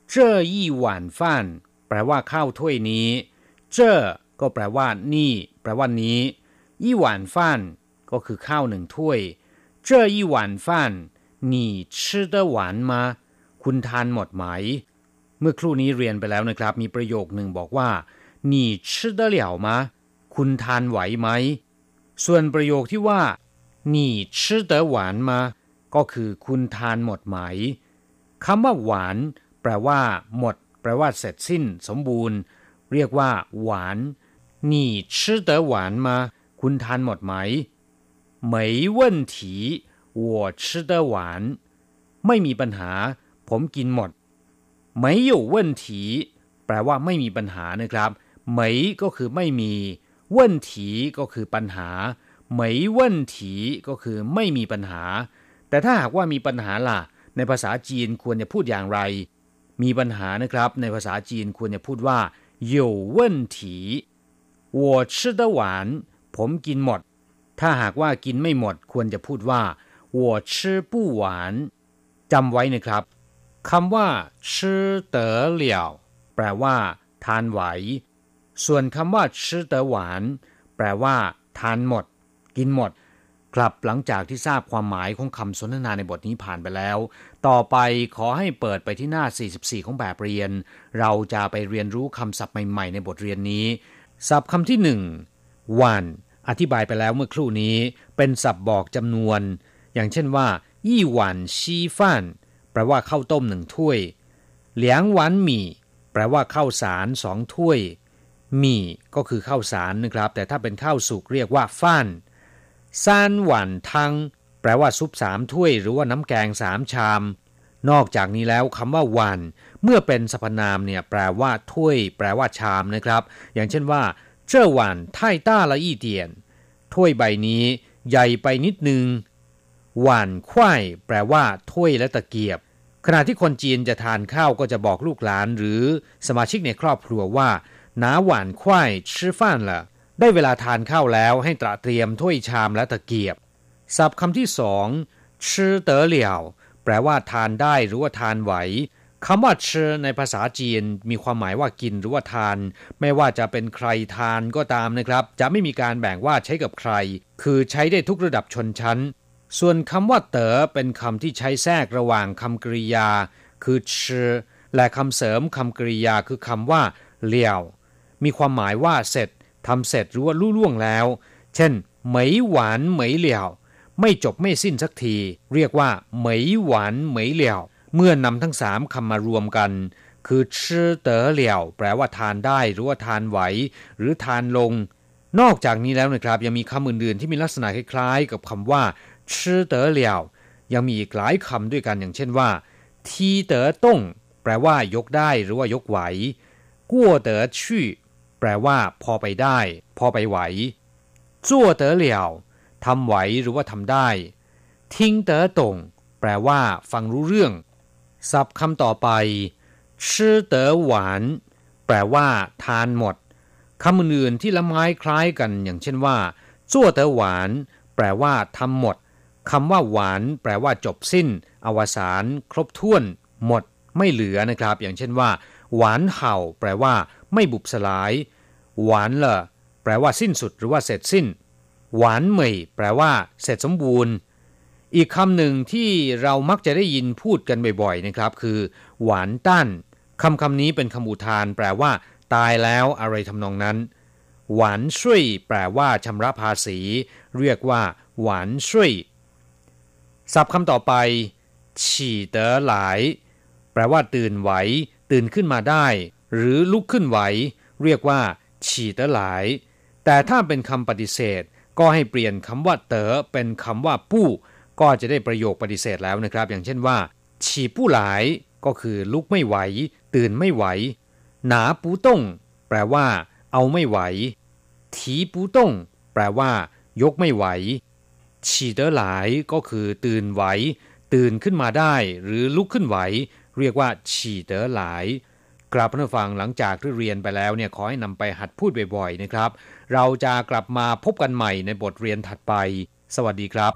เจ้อยี่หวานฟ่านแปลว่าข้าวถ้วยนี้เจ้อก็แปลว่านี่แปลว่านี้ยี่หวานฟ่านก็คือข้าวหนึ่งถ้วยเจ้อยี่หวานฟ่านนี่ชื่อเตอหวานมาคุณทานหมดไหมเมื่อครู่นี้เรียนไปแล้วนะครับมีประโยคหนึ่งบอกว่านี่ชื่อเตอเหลี่ยวมาคุณทานไหวไหมส่วนประโยคที่ว่านี่ชื่อเตอหวานมาก็คือคุณทานหมดไหมคำว่าหวานแปลว่าหมดแปลว่าเสร็จสิ้นสมบูรณ์เรียกว่าหวานนี่ชื่อเตอหวานมาคุณทานหมดไหม没问题我吃得完ไม่มีปัญหาผมกินหมด没有问题แปลว่าไม่มีปัญหานะครับ没ก็คือไม่มี问题ก็คือปัญหา没问题ก็คือไม่มีปัญหาแต่ถ้าหากว่ามีปัญหาล่ะในภาษาจีนควรจะพูดอย่างไรมีปัญหานะครับในภาษาจีนควรจะพูดว่า有问题我吃得完ผมกินหมดถ้าหากว่ากินไม่หมดควรจะพูดว่า我吃不完จำไว้นะครับคำว่า吃得了แปลว่าทานไหวส่วนคำว่า吃得完แปลว่าทานหมดกินหมดครับหลังจากที่ทราบความหมายของคำสนทนาในบทนี้ผ่านไปแล้วต่อไปขอให้เปิดไปที่หน้าสี่สิบสี่ของแบบเรียนเราจะไปเรียนรู้คำศัพท์ใหม่ๆในบทเรียนนี้ศัพท์คำที่หนึ่งวันอธิบายไปแล้วเมื่อครู่นี้เป็นศัพท์บอกจำนวนอย่างเช่นว่ายี่หวันชีฟ่านแปลว่าข้าวต้มหนึ่งถ้วยเหลียงหวานหมี่แปลว่าข้าวสารสองถ้วยหมี่ก็คือข้าวสารนะครับแต่ถ้าเป็นข้าวสุกเรียกว่าฟ่านซานหวานทังแปลว่าซุปสามถ้วยหรือว่าน้ำแกงสามชามนอกจากนี้แล้วคำว่าวันเมื่อเป็นสรรพนามเนี่ยแปลว่าถ้วยแปลว่าชามนะครับอย่างเช่นว่าเจ้าหวานไท่ต้าละอีเตียนถ้วยใบนี้ใหญ่ไปนิดนึงหวานควายแปลว่าถ้วยและตะเกียบขณะที่คนจีนจะทานข้าวก็จะบอกลูกหลานหรือสมาชิกในครอบครัวว่าน้าหวานควายชื่อฟ่านละได้เวลาทานข้าวแล้วให้ตระเตรียมถ้วยชามและตะเกียบศัพท์คำที่สองชื่อเต๋อเหลี่ยวแปลว่าทานได้หรือว่าทานไหวคำว่าชื่อในภาษาจีนมีความหมายว่ากินหรือว่าทานไม่ว่าจะเป็นใครทานก็ตามนะครับจะไม่มีการแบ่งว่าใช้กับใครคือใช้ได้ทุกระดับชนชั้นส่วนคำว่าเต๋อเป็นคำที่ใช้แทรกระหว่างคำกริยาคือชื่อและคำเสริมคำกริยาคือคำว่าเหลี่ยวมีความหมายว่าเสร็จทำเสร็จหรือว่าลู่ล่วงแล้วเช่นเหมยหวานเหมยเหลี่ยวไม่จบไม่สิ้นสักทีเรียกว่าเหมยหวานเหมยเหลี่ยวเมื่อนำทั้งสามคำมารวมกันคือชื่อเต๋อเหลี่ยวแปลว่าทานได้หรือว่าทานไหวหรือทานลงนอกจากนี้แล้วนะครับยังมีคำอื่นๆที่มีลักษณะคล้ายๆกับคำว่าชื่อเต๋อเหลี่ยวยังมีอีกหลายคำด้วยกันอย่างเช่นว่าทีเต๋อต้งแปลว่ายกได้หรือว่ายกไหวกั่วเต๋อชี่แปลว่าพอไปได้พอไปไหวจั่วเต๋อเหลี่ยวทำไหวหรือว่าทำได้ทิ้งเต๋อตงแปลว่าฟังรู้เรื่องศัพท์คำต่อไปชื่อเต๋อหวานแปลว่าทานหมดคำอื่นๆที่ละไม้คล้ายกันอย่างเช่นว่าจั่วเต๋อหวานแปลว่าทำหมดคำว่าหวานแปลว่าจบสิ้นอวสานครบถ้วนหมดไม่เหลือนะครับอย่างเช่นว่าหวานเห่าแปลว่าไม่บุบสลายหวานเหล่อแปลว่าสิ้นสุดหรือว่าเสร็จสิ้นหวานเหมยแปลว่าเสร็จสมบูรณ์อีกคำหนึ่งที่เรามักจะได้ยินพูดกันบ่อยๆนะครับคือหวานต้านคำคำนี้เป็นคำอุทานแปลว่าตายแล้วอะไรทำนองนั้นหวานช่วยแปลว่าชำระภาษีเรียกว่าหวานช่วยศัพท์คำต่อไปฉี่เต๋อหลายแปลว่าตื่นไหวตื่นขึ้นมาได้หรือลุกขึ้นไหวเรียกว่าฉี่เต๋อหลายแต่ถ้าเป็นคำปฏิเสธก็ให้เปลี่ยนคำว่าเต๋อเป็นคำว่าปู้ก็จะได้ประโยคปฏิเสธแล้วนะครับอย่างเช่นว่าฉี่ปู้หลายก็คือลุกไม่ไหวตื่นไม่ไหวหนาปูต้งแปลว่าเอาไม่ไหวถีปูต้งแปลว่ายกไม่ไหวฉี่เต๋อหลายก็คือตื่นไหวตื่นขึ้นมาได้หรือลุกขึ้นไหวเรียกว่าฉี่เต๋อหลายกลับมาฟังหลังจากที่เรียนไปแล้วเนี่ยขอให้นำไปหัดพูดบ่อยๆนะครับเราจะกลับมาพบกันใหม่ในบทเรียนถัดไปสวัสดีครับ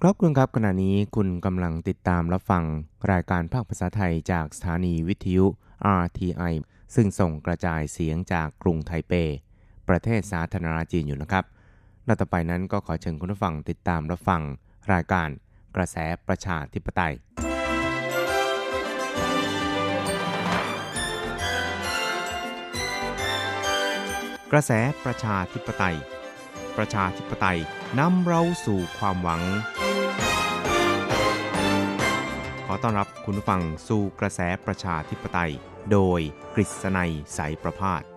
ครับคุณครับขณะนี้คุณกำลังติดตามรับฟังรายการภาคภาษาไทยจากสถานีวิทยุ อาร์ ที ไอ ซึ่งส่งกระจายเสียงจากกรุงไทเปประเทศสาธารณรัฐจีนอยู่นะครับและต่อไปนั้นก็ขอเชิญคุณผู้ฟังติดตามรับฟังรายการกระแสประชาธิปไตยกระแสประชาธิปไตยประชาธิปไตยนำเราสู่ความหวังขอต้อนรับคุณผู้ฟังสู่กระแสประชาธิปไตยโดยกฤษณัยสายประภาส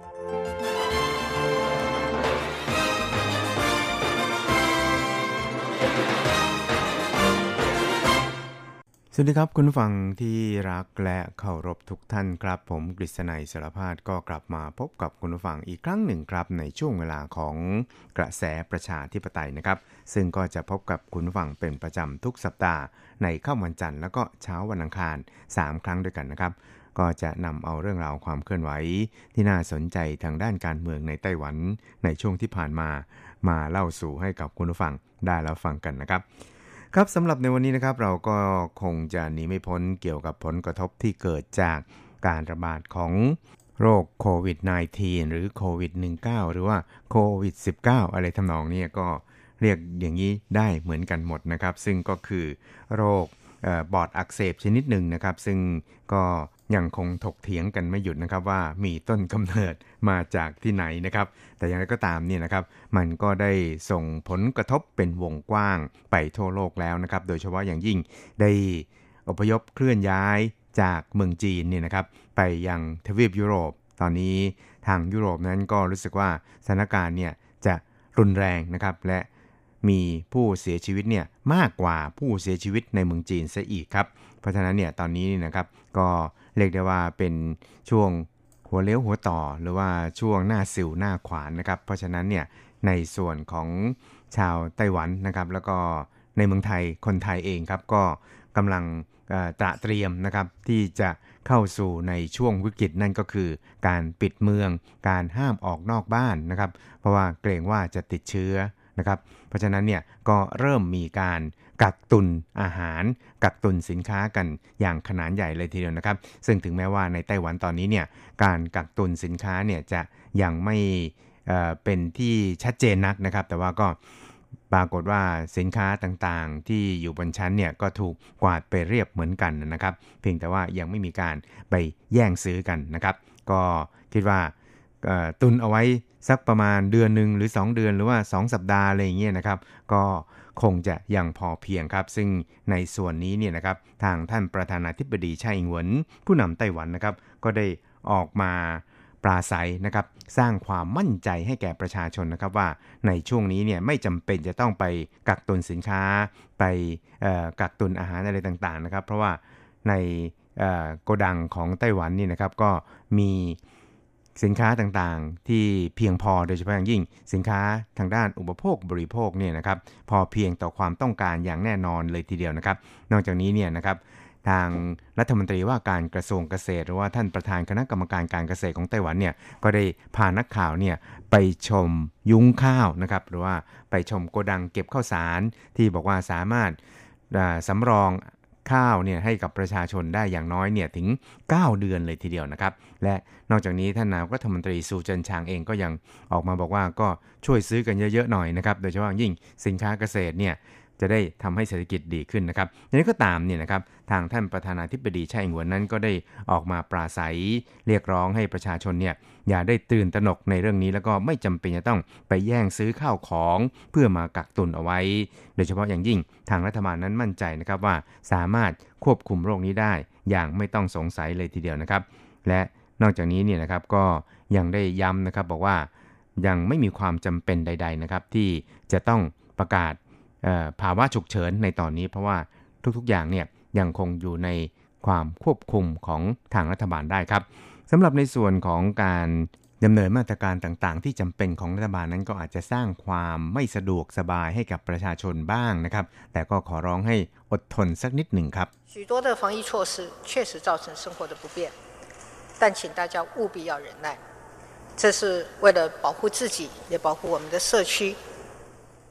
สวัสดีครับคุณผู้ฟังที่รักและเคารพทุกท่านครับผมกฤษณัยสารพาสก็กลับมาพบกับคุณผู้ฟังอีกครั้งหนึ่งครับในช่วงเวลาของกระแสประชาธิปไตยนะครับซึ่งก็จะพบกับคุณผู้ฟังเป็นประจำทุกสัปดาห์ในค่ำวันจันทร์แล้วก็เช้าวันอังคารสามครั้งด้วยกันนะครับก็จะนำเอาเรื่องราวความเคลื่อนไหวที่น่าสนใจทางด้านการเมืองในไต้หวันในช่วงที่ผ่านมามาเล่าสู่ให้กับคุณผู้ฟังได้รับฟังกันนะครับครับสำหรับในวันนี้นะครับเราก็คงจะหนีไม่พ้นเกี่ยวกับผลกระทบที่เกิดจากการระบาดของโรคโควิด สิบเก้า หรือโควิด สิบเก้า หรือว่าโควิด สิบเก้า อะไรทำนองนี้ก็เรียกอย่างนี้ได้เหมือนกันหมดนะครับซึ่งก็คือโรคปอดอักเสบชนิดหนึ่งนะครับซึ่งก็ยังคงถกเถียงกันไม่หยุดนะครับว่ามีต้นกำเนิดมาจากที่ไหนนะครับแต่อย่างไรก็ตามเนี่ยนะครับมันก็ได้ส่งผลกระทบเป็นวงกว้างไปทั่วโลกแล้วนะครับโดยเฉพาะอย่างยิ่งได้อพยพเคลื่อนย้ายจากเมืองจีนเนี่ยนะครับไปยังทวีปยุโรปตอนนี้ทางยุโรปนั้นก็รู้สึกว่าสถานการณ์เนี่ยจะรุนแรงนะครับและมีผู้เสียชีวิตเนี่ยมากกว่าผู้เสียชีวิตในเมืองจีนซะอีกครับเพราะฉะนั้นเนี่ยตอนนี้นะครับก็เรียกได้ว่าเป็นช่วงหัวเลี้ยวหัวต่อหรือว่าช่วงหน้าสิวหน้าขวานนะครับเพราะฉะนั้นเนี่ยในส่วนของชาวไต้หวันนะครับแล้วก็ในเมืองไทยคนไทยเองครับก็กำลังตระเตรียมนะครับที่จะเข้าสู่ในช่วงวิกฤตนั่นก็คือการปิดเมืองการห้ามออกนอกบ้านนะครับเพราะว่าเกรงว่าจะติดเชื้อนะครับเพราะฉะนั้นเนี่ยก็เริ่มมีการกักตุนอาหารกักตุนสินค้ากันอย่างขนาดใหญ่เลยทีเดียวนะครับซึ่งถึงแม้ว่าในไต้หวันตอนนี้เนี่ยการกักตุนสินค้าเนี่ยจะยังไม่เอ่อเป็นที่ชัดเจนนักนะครับแต่ว่าก็ปรากฏว่าสินค้าต่างๆที่อยู่บนชั้นเนี่ยก็ถูกกวาดไปเรียบเหมือนกันนะครับเพียงแต่ว่ายังไม่มีการไปแย่งซื้อกันนะครับก็คิดว่าตุนเอาไว้สักประมาณเดือนหนึ่งหรือสองเดือนหรือว่าสองสัปดาห์อะไรอย่างเงี้ยนะครับก็คงจะยังพอเพียงครับซึ่งในส่วนนี้เนี่ยนะครับทางท่านประธานาธิบดีไช่อิงเหวินผู้นำไต้หวันนะครับก็ได้ออกมาปราศัยนะครับสร้างความมั่นใจให้แก่ประชาชนนะครับว่าในช่วงนี้เนี่ยไม่จำเป็นจะต้องไปกักตุนสินค้าไปกักตุนอาหารอะไรต่างๆนะครับเพราะว่าในโกดังของไต้หวันนี่นะครับก็มีสินค้าต่างๆที่เพียงพอโดยเฉพาะอย่างยิ่งสินค้าทางด้านอุปโภคบริโภคเนี่ยนะครับพอเพียงต่อความต้องการอย่างแน่นอนเลยทีเดียวนะครับนอกจากนี้เนี่ยนะครับทางรัฐมนตรีว่าการกระทรวงเกษตรหรือว่าท่านประธานคณะกรรมการการเกษตรของไต้หวันเนี่ยก็ได้พานักข่าวเนี่ยไปชมยุ้งข้าวนะครับหรือว่าไปชมโกดังเก็บข้าวสารที่บอกว่าสามารถสำรองข้าวเนี่ยให้กับประชาชนได้อย่างน้อยเนี่ยถึงเก้าเดือนเลยทีเดียวนะครับและนอกจากนี้ท่านนายกรัฐมนตรีซูเจินชางเองก็ยังออกมาบอกว่าก็ช่วยซื้อกันเยอะๆหน่อยนะครับโดยเฉพาะยิ่งสินค้าเกษตรเนี่ยจะได้ทำให้เศรษฐกิจดีขึ้นนะครับอย่างนี้ก็ตามเนี่ยนะครับทางท่านประธานาธิบดีไช่อิงเหวินนั้นก็ได้ออกมาปราศัยเรียกร้องให้ประชาชนเนี่ยอย่าได้ตื่นตระหนกในเรื่องนี้แล้วก็ไม่จำเป็นจะต้องไปแย่งซื้อข้าวของเพื่อมากักตุนเอาไว้โดยเฉพาะอย่างยิ่งทางรัฐบาลนั้นมั่นใจนะครับว่าสามารถควบคุมโรคนี้ได้อย่างไม่ต้องสงสัยเลยทีเดียวนะครับและนอกจากนี้เนี่ยนะครับก็ยังได้ย้ำนะครับบอกว่ายังไม่มีความจำเป็นใดๆนะครับที่จะต้องประกาศภาวะฉุกเฉินในตอนนี้เพราะว่าทุกๆอย่างเนี่ยยังคงอยู่ในความควบคุมของทางรัฐบาลได้ครับสำหรับในส่วนของการดำเนินมาตรการต่างๆที่จำเป็นของรัฐบาลนั้นก็อาจจะสร้างความไม่สะดวกสบายให้กับประชาชนบ้างนะครับแต่ก็ขอร้องให้อดทนสักนิดหนึ่งครับ许多的防疫措施确实造成生活的不便但请大家务必要忍耐这是为了保护自己也保护我们的社区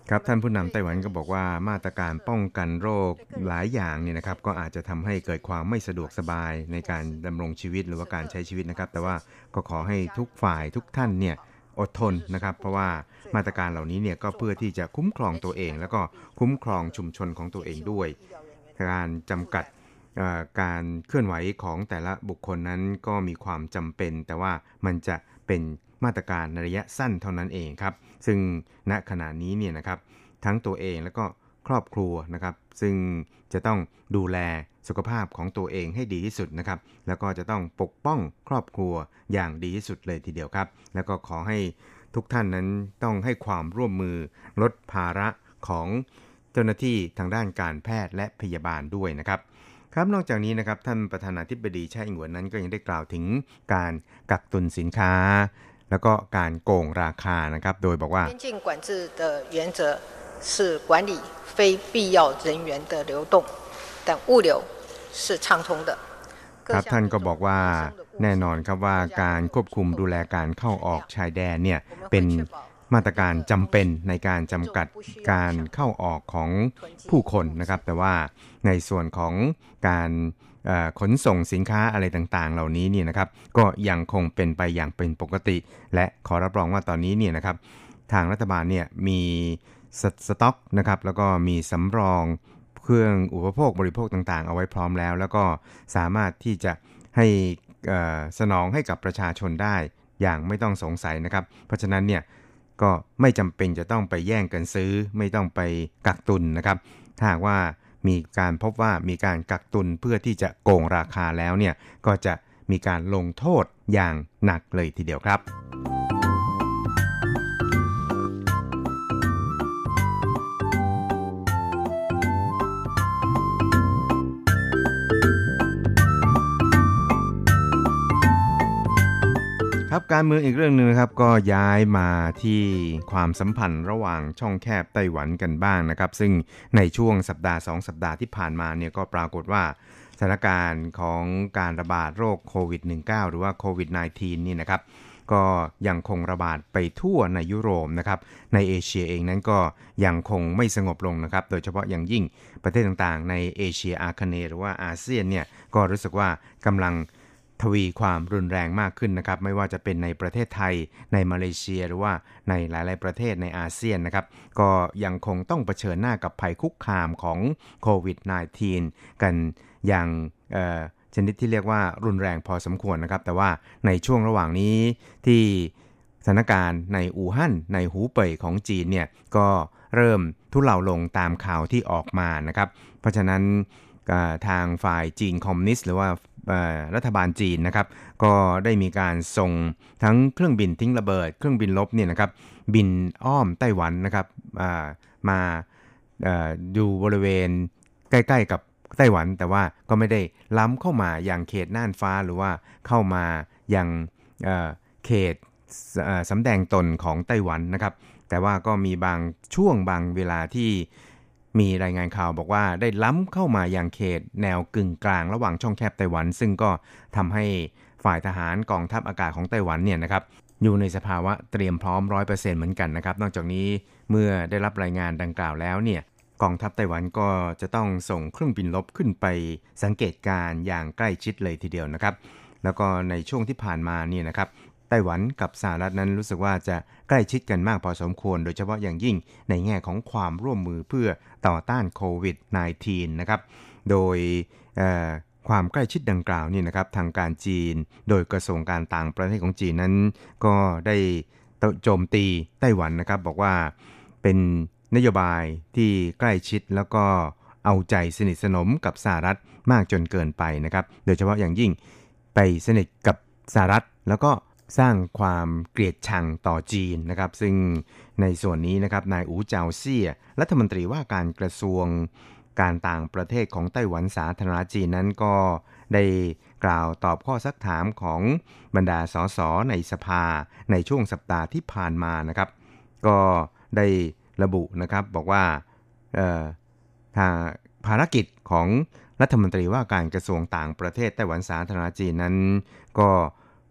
ครับท่านผู้นำไต้หวันก็บอกว่ามาตรการป้องกันโรคหลายอย่างเนี่ยนะครับก็อาจจะทำให้เกิดความไม่สะดวกสบายในการดำรงชีวิตหรือว่าการใช้ชีวิตนะครับแต่ว่าก็ขอให้ทุกฝ่ายทุกท่านเนี่ยอดทนนะครับเพราะว่ามาตรการเหล่านี้เนี่ยก็เพื่อที่จะคุ้มครองตัวเองแล้วก็คุ้มครองชุมชนของตัวเองด้วยการจำกัดการเคลื่อนไหวของแต่ละบุคคลนั้นก็มีความจำเป็นแต่ว่ามันจะเป็นมาตรการในระยะสั้นเท่านั้นเองครับซึ่งณขณะนี้เนี่ยนะครับทั้งตัวเองแล้วก็ครอบครัวนะครับซึ่งจะต้องดูแลสุขภาพของตัวเองให้ดีที่สุดนะครับแล้วก็จะต้องปกป้องครอบครัวอย่างดีที่สุดเลยทีเดียวครับแล้วก็ขอให้ทุกท่านนั้นต้องให้ความร่วมมือลดภาระของเจ้าหน้าที่ทางด้านการแพทย์และพยาบาลด้วยนะครับครับนอกจากนี้นะครับท่านประธานาธิบดีไช่อิงเหวินนั้นก็ยังได้กล่าวถึงการกักตุนสินค้าแล้วก็การโกงราคานะครับโดยบอกว่า边境管制的原则是管理非必要人员的流动但物流是畅通的ครับท่านก็บอกว่าแน่นอนครับว่าการควบคุมดูแลการเข้าออกชายแดนเนี่ยเป็นมาตรการจำเป็นในการจำกัดการเข้าออกของผู้คนนะครับแต่ว่าในส่วนของการขนส่งสินค้าอะไรต่างๆเหล่านี้เนี่ยนะครับก็ยังคงเป็นไปอย่างเป็นปกติและขอรับรองว่าตอนนี้เนี่ยนะครับทางรัฐบาลเนี่ยมีสต็อกนะครับแล้วก็มีสำรองเครื่องอุปโภคบริโภคต่างๆเอาไว้พร้อมแล้วแล้วก็สามารถที่จะให้สนองให้กับประชาชนได้อย่างไม่ต้องสงสัยนะครับเพราะฉะนั้นเนี่ยก็ไม่จำเป็นจะต้องไปแย่งกันซื้อไม่ต้องไปกักตุนนะครับถ้าหากว่ามีการพบว่ามีการกักตุนเพื่อที่จะโกงราคาแล้วเนี่ยก็จะมีการลงโทษอย่างหนักเลยทีเดียวครับครับการเมืองอีกเรื่องนึงนะครับก็ย้ายมาที่ความสัมพันธ์ระหว่างช่องแคบไต้หวันกันบ้างนะครับซึ่งในช่วงสัปดาห์สองสัปดาห์ที่ผ่านมาเนี่ยก็ปรากฏว่าสถานการณ์ของการระบาดโรคโควิด สิบเก้า หรือว่าโควิด สิบเก้า นี่นะครับก็ยังคงระบาดไปทั่วในยุโรปนะครับในเอเชียเองนั้นก็ยังคงไม่สงบลงนะครับโดยเฉพาะอย่างยิ่งประเทศต่างๆในเอเชียอาคเนย์หรือว่าอาเซียนเนี่ยก็รู้สึกว่ากำลังทวีความรุนแรงมากขึ้นนะครับไม่ว่าจะเป็นในประเทศไทยในมาเลเซียหรือว่าในหลายๆประเทศในอาเซียนนะครับก็ยังคงต้องเผชิญหน้ากับภัยคุกคามของโควิด สิบเก้า กันอย่างชนิดที่เรียกว่ารุนแรงพอสมควรนะครับแต่ว่าในช่วงระหว่างนี้ที่สถานการณ์ในอู่ฮั่นในหูเป่ยของจีนเนี่ยก็เริ่มทุเลาลงตามข่าวที่ออกมานะครับเพราะฉะนั้นทางฝ่ายจีนคอมมิวนิสต์หรือว่ารัฐบาลจีนนะครับก็ได้มีการส่งทั้งเครื่องบินทิ้งระเบิดเครื่องบินรบเนี่ยนะครับบินอ้อมไต้หวันนะครับมาอยู่บริเวณใกล้ๆกับไต้หวันแต่ว่าก็ไม่ได้ล้ำเข้ามาอย่างเขตน่านฟ้าหรือว่าเข้ามาอย่างเขตสำแดงตนของไต้หวันนะครับแต่ว่าก็มีบางช่วงบางเวลาที่มีรายงานข่าวบอกว่าได้ล้ำเข้ามาอย่างเขตแนวกึ่งกลางระหว่างช่องแคบไต้หวันซึ่งก็ทำให้ฝ่ายทหารกองทัพอากาศของไต้หวันเนี่ยนะครับอยู่ในสภาวะเตรียมพร้อม ร้อยเปอร์เซ็นต์ เหมือนกันนะครับนอกจากนี้เมื่อได้รับรายงานดังกล่าวแล้วเนี่ยกองทัพไต้หวันก็จะต้องส่งเครื่องบินรบขึ้นไปสังเกตการณ์อย่างใกล้ชิดเลยทีเดียวนะครับแล้วก็ในช่วงที่ผ่านมาเนี่ยนะครับไต้หวันกับสหรัฐนั้นรู้สึกว่าจะใกล้ชิดกันมากพอสมควรโดยเฉพาะอย่างยิ่งในแง่ของความร่วมมือเพื่อต่อต้านโควิด สิบเก้า นะครับโดยความใกล้ชิดดังกล่าวนี่นะครับทางการจีนโดยกระทรวงการต่างประเทศของจีนนั้นก็ได้โจมตีไต้หวันนะครับบอกว่าเป็นนโยบายที่ใกล้ชิดแล้วก็เอาใจสนิทสนมกับสหรัฐมากจนเกินไปนะครับโดยเฉพาะอย่างยิ่งไปสนิทกับสหรัฐแล้วก็สร้างความเกลียดชังต่อจีนนะครับซึ่งในส่วนนี้นะครับนายอู๋เจาเซี่ยรัฐมนตรีว่าการกระทรวงการต่างประเทศของไต้หวันสาธารณรัฐจีนนั้นก็ได้กล่าวตอบข้อซักถามของบรรดาสสในสภาในช่วงสัปดาห์ที่ผ่านมานะครับก็ได้ระบุนะครับบอกว่าทางภารกิจของรัฐมนตรีว่าการกระทรวงต่างประเทศไต้หวันสาธารณรัฐจีนนั้นก็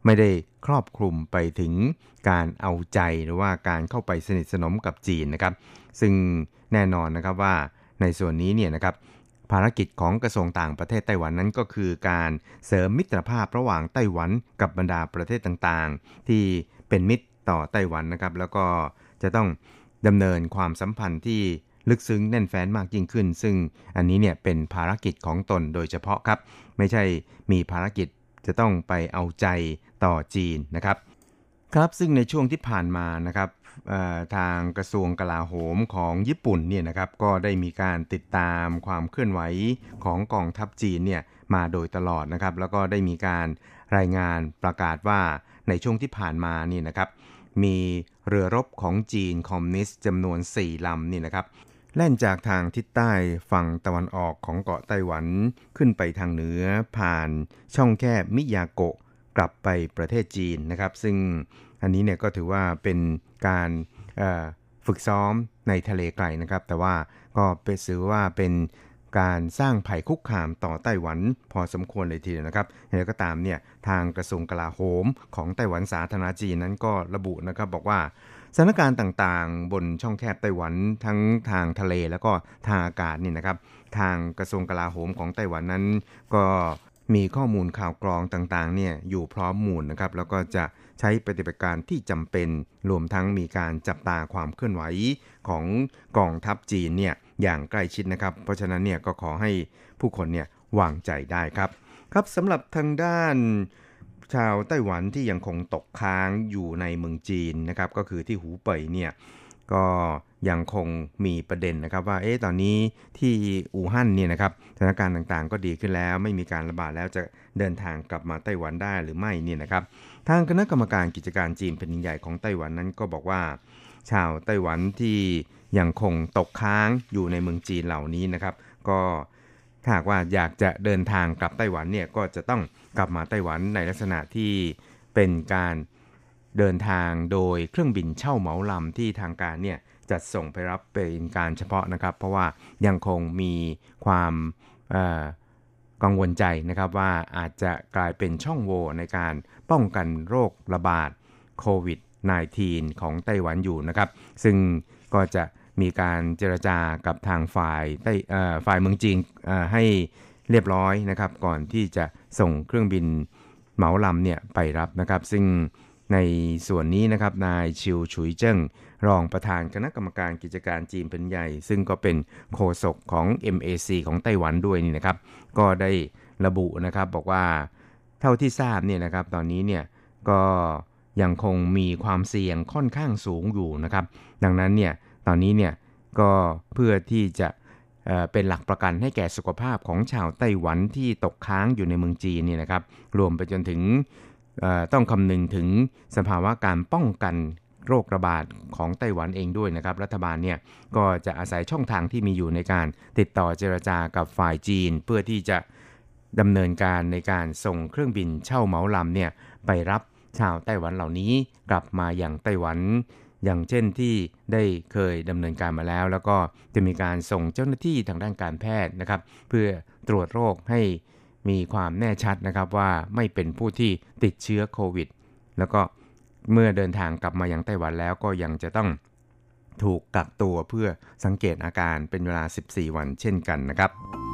ไม่ได้ครอบคลุมไปถึงการเอาใจหรือว่าการเข้าไปสนิทสนมกับจีนนะครับซึ่งแน่นอนนะครับว่าในส่วนนี้เนี่ยนะครับภารกิจของกระทรวงต่างประเทศไต้หวันนั้นก็คือการเสริมมิตรภาพระหว่างไต้หวันกับบรรดาประเทศต่างๆที่เป็นมิตรต่อไต้หวันนะครับแล้วก็จะต้องดำเนินความสัมพันธ์ที่ลึกซึ้งแน่นแฟ้นมากยิ่งขึ้นซึ่งอันนี้เนี่ยเป็นภารกิจของตนโดยเฉพาะครับไม่ใช่มีภารกิจจะต้องไปเอาใจต่อจีนนะครับครับซึ่งในช่วงที่ผ่านมานะครับทางกระทรวงกลาโหมของญี่ปุ่นเนี่ยนะครับก็ได้มีการติดตามความเคลื่อนไหวของกองทัพจีนเนี่ยมาโดยตลอดนะครับแล้วก็ได้มีการรายงานประกาศว่าในช่วงที่ผ่านมานี่นะครับมีเรือรบของจีนคอมมิวนิสต์จำนวนสี่ลำนี่นะครับแล่นจากทางทิศใต้ฝั่งตะวันออกของเกาะไต้หวันขึ้นไปทางเหนือผ่านช่องแคบมิยาโกะกลับไปประเทศจีนนะครับซึ่งอันนี้เนี่ยก็ถือว่าเป็นการฝึกซ้อมในทะเลไกลนะครับแต่ว่าก็เป็นถือว่าเป็นการสร้างภัยคุกคามต่อไต้หวันพอสมควรเลยทีเดียวนะครับอย่างไรก็ตามเนี่ยทางกระทรวงกลาโหมของไต้หวันสาธารณรัฐจีนนั้นก็ระบุนะครับบอกว่าสถานการณ์ต่างๆบนช่องแคบไต้หวันทั้งทางทะเลแล้วก็ทางอากาศนี่นะครับทางกระทรวงกลาโหมของไต้หวันนั้นก็มีข้อมูลข่าวกรองต่างๆเนี่ยอยู่พร้อมมูลนะครับแล้วก็จะใช้ปฏิบัติการที่จำเป็นรวมทั้งมีการจับตาความเคลื่อนไหวของกองทัพจีนเนี่ยอย่างใกล้ชิดนะครับเพราะฉะนั้นเนี่ยก็ขอให้ผู้คนเนี่ยวางใจได้ครับครับสำหรับทางด้านชาวไต้หวันที่ยังคงตกค้างอยู่ในเมืองจีนนะครับก็คือที่หูเป่ยเนี่ยก็ยังคงมีประเด็นนะครับว่าเอ๊ะตอนนี้ที่อู่ฮั่นเนี่ยนะครับสถานการณ์ต่างๆก็ดีขึ้นแล้วไม่มีการระบาดแล้วจะเดินทางกลับมาไต้หวันได้หรือไม่เนี่ยนะครับทางคณะกรรมการกิจการจีนแผ่นดินใหญ่ของไต้หวันนั้นก็บอกว่าชาวไต้หวันที่ยังคงตกค้างอยู่ในเมืองจีนเหล่านี้นะครับก็ถ้าหากว่าอยากจะเดินทางกลับไต้หวันเนี่ยก็จะต้องกลับมาไต้หวันในลักษณะที่เป็นการเดินทางโดยเครื่องบินเช่าเหมาลำที่ทางการเนี่ยจัดส่งไปรับเป็นการเฉพาะนะครับเพราะว่ายังคงมีความกังวลใจนะครับว่าอาจจะกลายเป็นช่องโหว่ในการป้องกันโรคระบาดโควิด สิบเก้า ของไต้หวันอยู่นะครับซึ่งก็จะมีการเจรจากับทางฝ่ายใต้ฝ่ายเมืองจีนให้เรียบร้อยนะครับก่อนที่จะส่งเครื่องบินเหมาลำเนี่ยไปรับนะครับซึ่งในส่วนนี้นะครับนายชิวฉุยเจิ้งรองประธานคณะกรรมการกิจการจีนแผ่นใหญ่ซึ่งก็เป็นโฆษกของ เอ็ม เอ ซี ของไต้หวันด้วยนี่นะครับก็ได้ระบุนะครับบอกว่าเท่าที่ทราบเนี่ยนะครับตอนนี้เนี่ยก็ยังคงมีความเสี่ยงค่อนข้างสูงอยู่นะครับดังนั้นเนี่ยตอนนี้เนี่ยก็เพื่อที่จะเอ่อเป็นหลักประกันให้แก่สุขภาพของชาวไต้หวันที่ตกค้างอยู่ในเมืองจีนนี่นะครับรวมไปจนถึงเอ่อต้องคำนึงถึงสภาวะการป้องกันโรคระบาดของไต้หวันเองด้วยนะครับรัฐบาลเนี่ยก็จะอาศัยช่องทางที่มีอยู่ในการติดต่อเจรจากับฝ่ายจีนเพื่อที่จะดำเนินการในการส่งเครื่องบินเช่าเหมาลำเนี่ยไปรับชาวไต้หวันเหล่านี้กลับมาอย่างไต้หวันอย่างเช่นที่ได้เคยดำเนินการมาแล้วแล้วก็จะมีการส่งเจ้าหน้าที่ทางด้านการแพทย์นะครับเพื่อตรวจโรคให้มีความแน่ชัดนะครับว่าไม่เป็นผู้ที่ติดเชื้อโควิดแล้วก็เมื่อเดินทางกลับมายังไต้หวันแล้วก็ยังจะต้องถูกกักตัวเพื่อสังเกตอาการเป็นเวลาสิบสี่วันเช่นกันนะครับ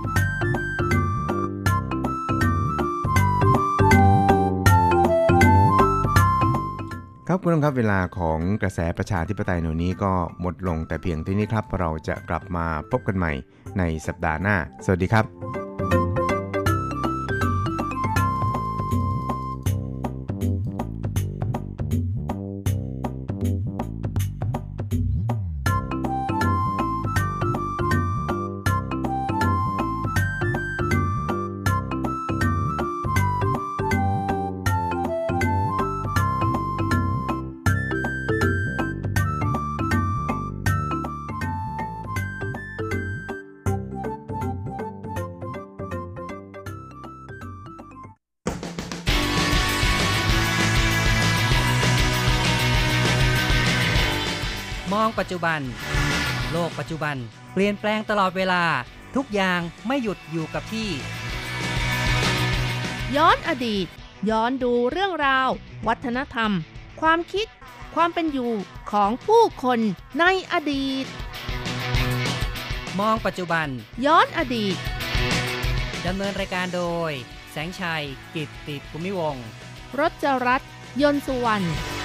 ครับคุณผู้ชมครับเวลาของกระแสประชาธิปไตยหน่วยนี้ก็หมดลงแต่เพียงเท่านี้ครับเราจะกลับมาพบกันใหม่ในสัปดาห์หน้าสวัสดีครับมองปัจจุบันโลกปัจจุบันเปลี่ยนแปลงตลอดเวลาทุกอย่างไม่หยุดอยู่กับที่ย้อนอดีตย้อนดูเรื่องราววัฒนธรรมความคิดความเป็นอยู่ของผู้คนในอดีตมองปัจจุบันย้อนอดีตดำเนินรายการโดยแสงชัยกิตติภูมิวงศ์รจรัตน์ยนต์สุวรรณ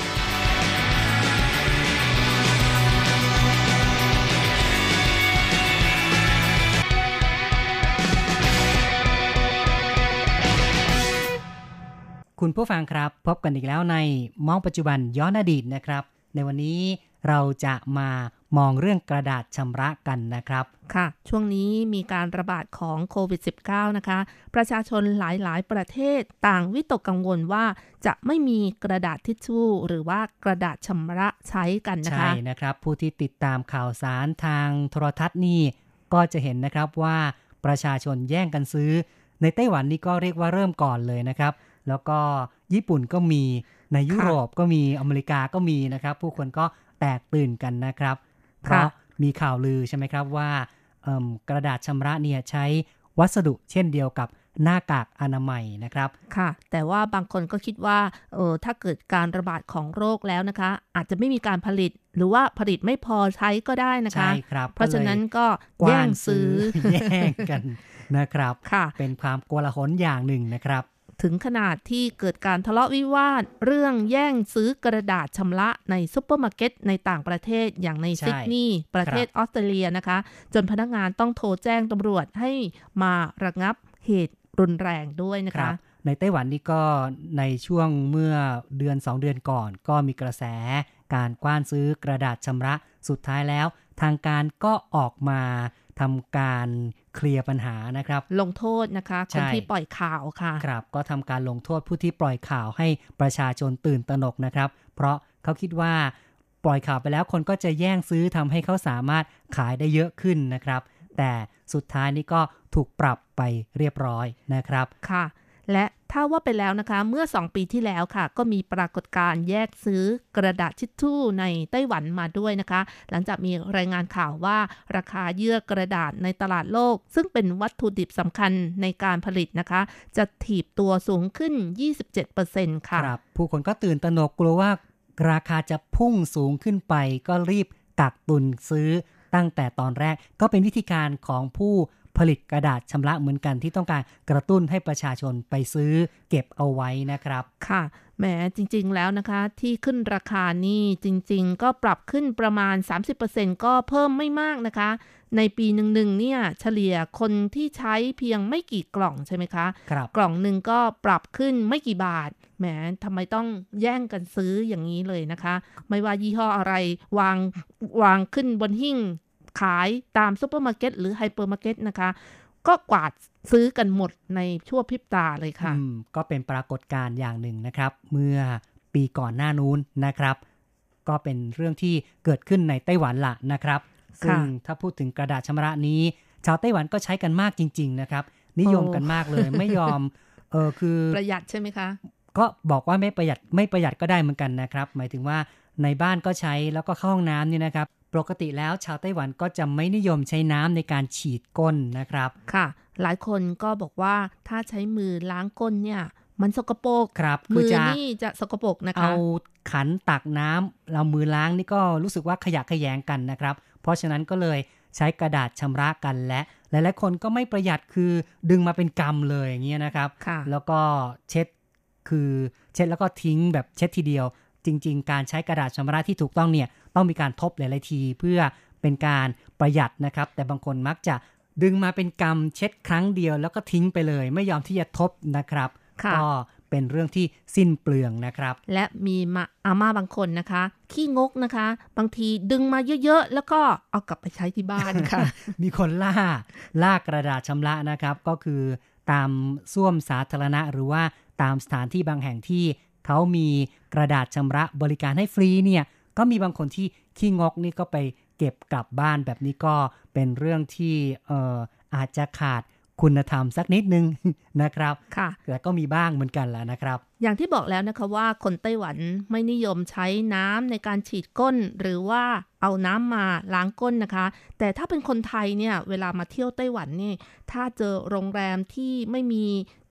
คุณผู้ฟังครับพบกันอีกแล้วในมองปัจจุบันย้อนอดีตนะครับในวันนี้เราจะมามองเรื่องกระดาษชำระกันนะครับค่ะช่วงนี้มีการระบาดของโควิด สิบเก้า นะคะประชาชนหลายๆประเทศต่างวิตกกังวลว่าจะไม่มีกระดาษทิชชู่หรือว่ากระดาษชำระใช้กันนะคะใช่นะครับผู้ที่ติดตามข่าวสารทางโทรทัศน์นี่ก็จะเห็นนะครับว่าประชาชนแย่งกันซื้อในไต้หวันนี่ก็เรียกว่าเริ่มก่อนเลยนะครับแล้วก็ญี่ปุ่นก็มีในยุโรปก็มีอเมริกาก็มีนะครับผู้คนก็แตกตื่นกันนะครับเพราะมีข่าวลือใช่ไหมครับว่ากระดาษชำระเนี่ยใช้วัสดุเช่นเดียวกับหน้ากากอนามัยนะครับค่ะแต่ว่าบางคนก็คิดว่าเออถ้าเกิดการระบาดของโรคแล้วนะคะอาจจะไม่มีการผลิตหรือว่าผลิตไม่พอใช้ก็ได้นะคะใช่ครับเพราะฉะนั้นก็แย่งซื้อแย่งกันนะครับเป็นความโกลาหลอย่างหนึ่งนะครับถึงขนาดที่เกิดการทะเลาะวิวาทเรื่องแย่งซื้อกระดาษชำระในซุปเปอร์มาร์เก็ตในต่างประเทศอย่างในซิดนีย์ประเทศออสเตรเลียนะคะจนพนักงานต้องโทรแจ้งตำรวจให้มาระงับเหตุรุนแรงด้วยนะคะในไต้หวันนี่ก็ในช่วงเมื่อเดือนสองเดือนก่อนก็มีกระแสการกว้านซื้อกระดาษชำระสุดท้ายแล้วทางการก็ออกมาทำการเคลียร์ปัญหานะครับลงโทษนะคะคนที่ปล่อยข่าวค่ะครับก็ทำการลงโทษผู้ที่ปล่อยข่าวให้ประชาชนตื่นตระหนกนะครับเพราะเขาคิดว่าปล่อยข่าวไปแล้วคนก็จะแย่งซื้อทำให้เขาสามารถขายได้เยอะขึ้นนะครับแต่สุดท้ายนี่ก็ถูกปรับไปเรียบร้อยนะครับค่ะและถ้าว่าไปแล้วนะคะเมื่อสองปีที่แล้วค่ะก็มีปรากฏการณ์แยกซื้อกระดาษทิชชู่ในไต้หวันมาด้วยนะคะหลังจากมีรายงานข่าวว่าราคาเยื่อกระดาษในตลาดโลกซึ่งเป็นวัตถุดิบสำคัญในการผลิตนะคะจะถีบตัวสูงขึ้น ยี่สิบเจ็ดเปอร์เซ็นต์ ค่ะครับผู้คนก็ตื่นตระหนกกลัวว่าราคาจะพุ่งสูงขึ้นไปก็รีบกักตุนซื้อตั้งแต่ตอนแรกก็เป็นวิธีการของผู้ผลิตกระดาษชำระเหมือนกันที่ต้องการกระตุ้นให้ประชาชนไปซื้อเก็บเอาไว้นะครับค่ะแหมจริงๆแล้วนะคะที่ขึ้นราคานี่จริงๆก็ปรับขึ้นประมาณ สามสิบเปอร์เซ็นต์ ก็เพิ่มไม่มากนะคะในปีหนึ่งๆเนี่ยเฉลี่ยคนที่ใช้เพียงไม่กี่กล่องใช่ไหมคะครับกล่องหนึ่งก็ปรับขึ้นไม่กี่บาทแหมทำไมต้องแย่งกันซื้ออย่างนี้เลยนะคะไม่ว่ายี่ห้ออะไรวางวางขึ้นบนหิ้งขายตามซุปเปอร์มาร์เก็ตหรือไฮเปอร์มาร์เก็ตนะคะก็กวาดซื้อกันหมดในชั่วพริบตาเลยค่ะก็เป็นปรากฏการณ์อย่างหนึ่งนะครับเมื่อปีก่อนหน้านู้นนะครับก็เป็นเรื่องที่เกิดขึ้นในไต้หวันละนะครับซึ่งถ้าพูดถึงกระดาษชำระนี้ชาวไต้หวันก็ใช้กันมากจริงๆนะครับนิยมกันมากเลยไม่ยอมเออคือประหยัดใช่ไหมคะก็บอกว่าไม่ประหยัดไม่ประหยัดก็ได้เหมือนกันนะครับหมายถึงว่าในบ้านก็ใช้แล้วก็เข้าห้องน้ำนี่นะครับปกติแล้วชาวไต้หวันก็จะไม่นิยมใช้น้ำในการฉีดก้นนะครับค่ะหลายคนก็บอกว่าถ้าใช้มือล้างก้นเนี่ยมันสกปรกครับมือนี่จะสกปรกนะคะเอาขันตักน้ำเรามือล้างนี่ก็รู้สึกว่าขยะแขยงกันนะครับเพราะฉะนั้นก็เลยใช้กระดาษชำระกันและหลายๆคนก็ไม่ประหยัดคือดึงมาเป็นกำเลยอย่างเงี้ยนะครับแล้วก็เช็ดคือเช็ดแล้วก็ทิ้งแบบเช็ดทีเดียวจริงๆการใช้กระดาษชำระที่ถูกต้องเนี่ยต้องมีการทบหลายๆทีเพื่อเป็นการประหยัดนะครับแต่บางคนมักจะดึงมาเป็นกำเช็ดครั้งเดียวแล้วก็ทิ้งไปเลยไม่ยอมที่จะทบนะครับก็เป็นเรื่องที่สิ้นเปลืองนะครับและมีมาอาม่าบางคนนะคะขี้งกนะคะบางทีดึงมาเยอะๆแล้วก็เอากลับไปใช้ที่บ้านค่ะมีคนล่าล่ากระดาษชำระนะครับก็คือตามส้วมสาธารณะหรือว่าตามสถานที่บางแห่งที่เขามีกระดาษชำระบริการให้ฟรีเนี่ยก็มีบางคนที่ขี้งกนี่ก็ไปเก็บกลับบ้านแบบนี้ก็เป็นเรื่องที่เอ่ออาจจะขาดคุณธรรมสักนิดนึงนะครับค่ะแต่ก็มีบ้างเหมือนกันแหละนะครับอย่างที่บอกแล้วนะคะว่าคนไต้หวันไม่นิยมใช้น้ำในการฉีดก้นหรือว่าเอาน้ำมาล้างก้นนะคะแต่ถ้าเป็นคนไทยเนี่ยเวลามาเที่ยวไต้หวันนี่ถ้าเจอโรงแรมที่ไม่มี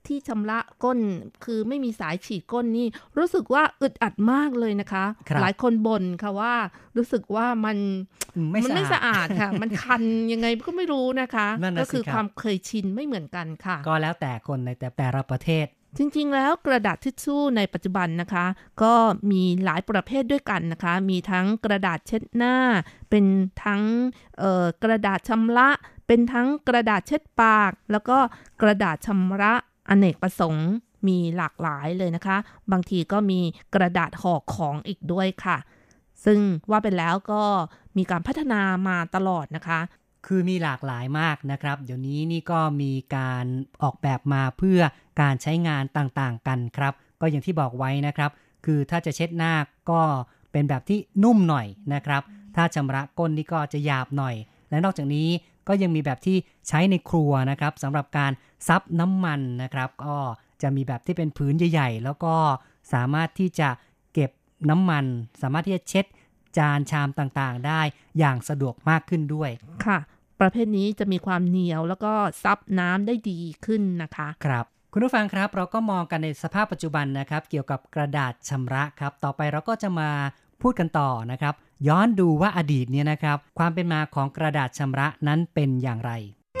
ที่ชำระก้นคือไม่มีสายฉีดก้นนี่รู้สึกว่าอึดอัดมากเลยนะคะหลายคนบ่นค่ะว่ารู้สึกว่ามันมันไม่สะอาดค่ะ มันคันยังไงก็ไม่รู้นะคะก็คือความเคยชินไม่เหมือนกันค่ะก็แล้วแต่คนในแต่แต่ละประเทศจริงๆแล้วกระดาษทิชชู่ในปัจจุบันนะคะก็มีหลายประเภทด้วยกันนะคะมีทั้งกระดาษเช็ดหน้าเป็นทั้งเอ่อกระดาษชำระเป็นทั้งกระดาษเช็ดปากแล้วก็กระดาษชำระอเนกประสงค์มีหลากหลายเลยนะคะบางทีก็มีกระดาษห่อของอีกด้วยค่ะซึ่งว่าไปแล้วก็มีการพัฒนามาตลอดนะคะคือมีหลากหลายมากนะครับเดี๋ยวนี้นี่ก็มีการออกแบบมาเพื่อการใช้งานต่างๆกันครับก็อย่างที่บอกไว้นะครับคือถ้าจะเช็ดหน้าก็เป็นแบบที่นุ่มหน่อยนะครับถ้าชำระก้นนี่ก็จะหยาบหน่อยและนอกจากนี้ก็ยังมีแบบที่ใช้ในครัวนะครับสำหรับการซับน้ำมันนะครับก็จะมีแบบที่เป็นผืนใหญ่ๆแล้วก็สามารถที่จะเก็บน้ำมันสามารถที่จะเช็ดจานชามต่างๆได้อย่างสะดวกมากขึ้นด้วยค่ะประเภทนี้จะมีความเหนียวแล้วก็ซับน้ำได้ดีขึ้นนะคะครับคุณผู้ฟังครับเราก็มองกันในสภาพปัจจุบันนะครับเกี่ยวกับกระดาษชำระครับต่อไปเราก็จะมาพูดกันต่อนะครับย้อนดูว่าอดีตเนี่ยนะครับความเป็นมาของกระดาษชำระนั้นเป็นอย่างไร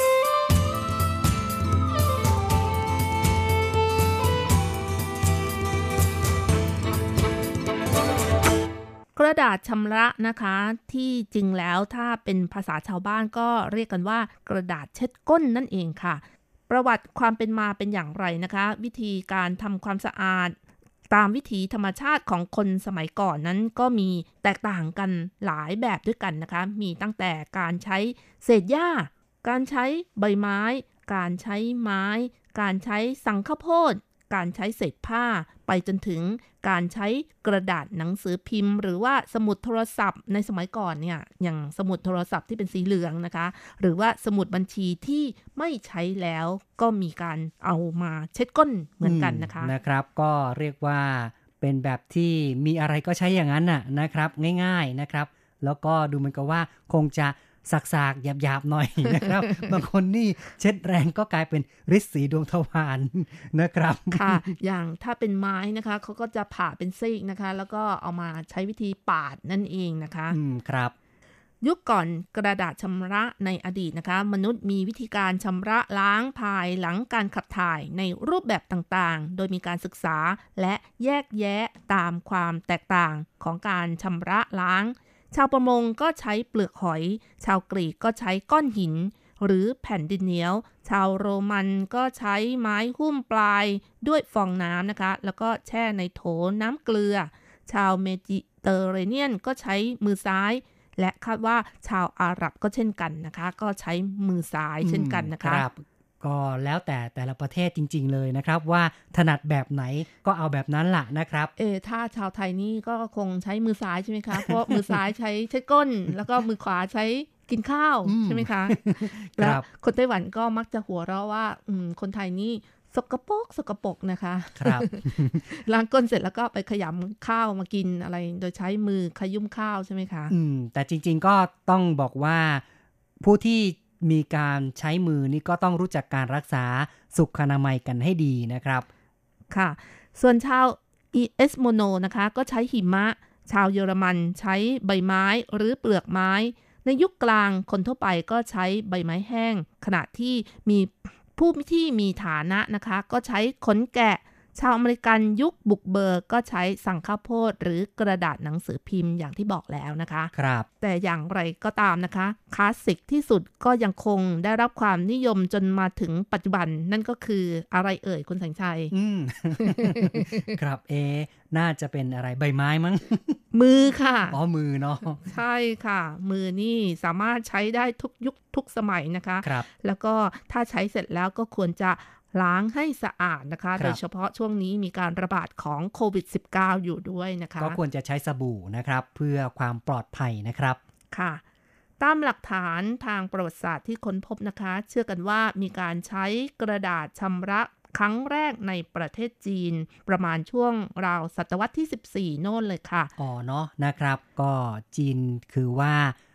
กระดาษชำระนะคะที่จริงแล้วถ้าเป็นภาษาชาวบ้านก็เรียกกันว่ากระดาษเช็ดก้นนั่นเองค่ะประวัติความเป็นมาเป็นอย่างไรนะคะวิธีการทำความสะอาดตามวิถีธรรมชาติของคนสมัยก่อนนั้นก็มีแตกต่างกันหลายแบบด้วยกันนะคะมีตั้งแต่การใช้เศษหญ้าการใช้ใบไม้การใช้ไม้การใช้สังข้าวโพดการใช้เศษผ้าไปจนถึงการใช้กระดาษหนังสือพิมพ์หรือว่าสมุดโทรศัพท์ในสมัยก่อนเนี่ยอย่างสมุดโทรศัพท์ที่เป็นสีเหลืองนะคะหรือว่าสมุดบัญชีที่ไม่ใช้แล้วก็มีการเอามาเช็ดก้นเหมือนกันนะคะนะครับก็เรียกว่าเป็นแบบที่มีอะไรก็ใช้อย่างนั้นน่ะนะครับง่ายๆนะครับแล้วก็ดูเหมือนกับว่าคงจะสากๆหยาบๆหน่อยนะครับ บางคนนี่เช็ดแรงก็กลายเป็นฤทธิ์สีดวงทวารนะครับค่ะอย่างถ้าเป็นไม้นะคะเขาก็จะผ่าเป็นซีกนะคะแล้วก็เอามาใช้วิธีปาดนั่นเองนะคะอืมครับยุคก่อนกระดาษชำระในอดีตนะคะมนุษย์มีวิธีการชำระล้างภายหลังการขับถ่ายในรูปแบบต่างๆโดยมีการศึกษาและแยกแยะตามความแตกต่างของการชำระล้างชาวประมงก็ใช้เปลือกหอยชาวกรีกก็ใช้ก้อนหินหรือแผ่นดินเหนียวชาวโรมันก็ใช้ไม้หุ้มปลายด้วยฟองน้ำนะคะแล้วก็แช่ในโถน้ำเกลือชาวเมดิเตอร์เรเนียนก็ใช้มือซ้ายและคาดว่าชาวอาหรับก็เช่นกันนะคะก็ใช้มือซ้ายเช่นกันนะคะก็แล้วแต่แต่ละประเทศจริงๆเลยนะครับว่าถนัดแบบไหนก็เอาแบบนั้นล่ะนะครับเออถ้าชาวไทยนี่ก็คงใช้มือซ้ายใช่ไหมคะ เพราะมือซ้ายใช้ใช้ก้นแล้วก็มือขวาใช้กินข้าวใช่ไหมคะแล้วคนไต้หวันก็มักจะหัวเราะว่าอืมคนไทยนี่สกปรกสกปรกนะคะครับล้างก้นเสร็จแล้วก็ไปขยำข้าวมากินอะไรโดยใช้มือขยุ่มข้าวใช่ไหมคะอืมแต่จริงๆก็ต้องบอกว่าผู้ที่มีการใช้มือนี่ก็ต้องรู้จักการรักษาสุขอนามัยกันให้ดีนะครับค่ะส่วนชาวเอสโมโนนะคะก็ใช้หิมะชาวเยอรมันใช้ใบไม้หรือเปลือกไม้ในยุคกลางคนทั่วไปก็ใช้ใบไม้แห้งขณะที่มีผู้ที่มีฐานะนะคะก็ใช้ขนแกะชาวอเมริกันยุคบุกเบิกก็ใช้สังข้าวโพดหรือกระดาษหนังสือพิมพ์อย่างที่บอกแล้วนะคะครับแต่อย่างไรก็ตามนะคะคลาสสิกที่สุดก็ยังคงได้รับความนิยมจนมาถึงปัจจุบันนั่นก็คืออะไรเอ่ยคุณแสงชัยอืม ครับเอน่าจะเป็นอะไรใบไม้มั้งมือค่ะอ๋อมือเนาะใช่ค่ะมือนี่สามารถใช้ได้ทุกยุคทุกสมัยนะคะครับแล้วก็ถ้าใช้เสร็จแล้วก็ควรจะล้างให้สะอาดนะคะโดยเฉพาะช่วงนี้มีการระบาดของโควิด สิบเก้า อยู่ด้วยนะคะก็ควรจะใช้สบู่นะครับเพื่อความปลอดภัยนะครับค่ะตามหลักฐานทางประวัติศาสตร์ที่ค้นพบนะคะเชื่อกันว่ามีการใช้กระดาษชำระครั้งแรกในประเทศจีนประมาณช่วงราวศตวรรษที่สิบสี่โน่นเลยค่ะอ๋อเนาะนะครับก็จีนคือว่า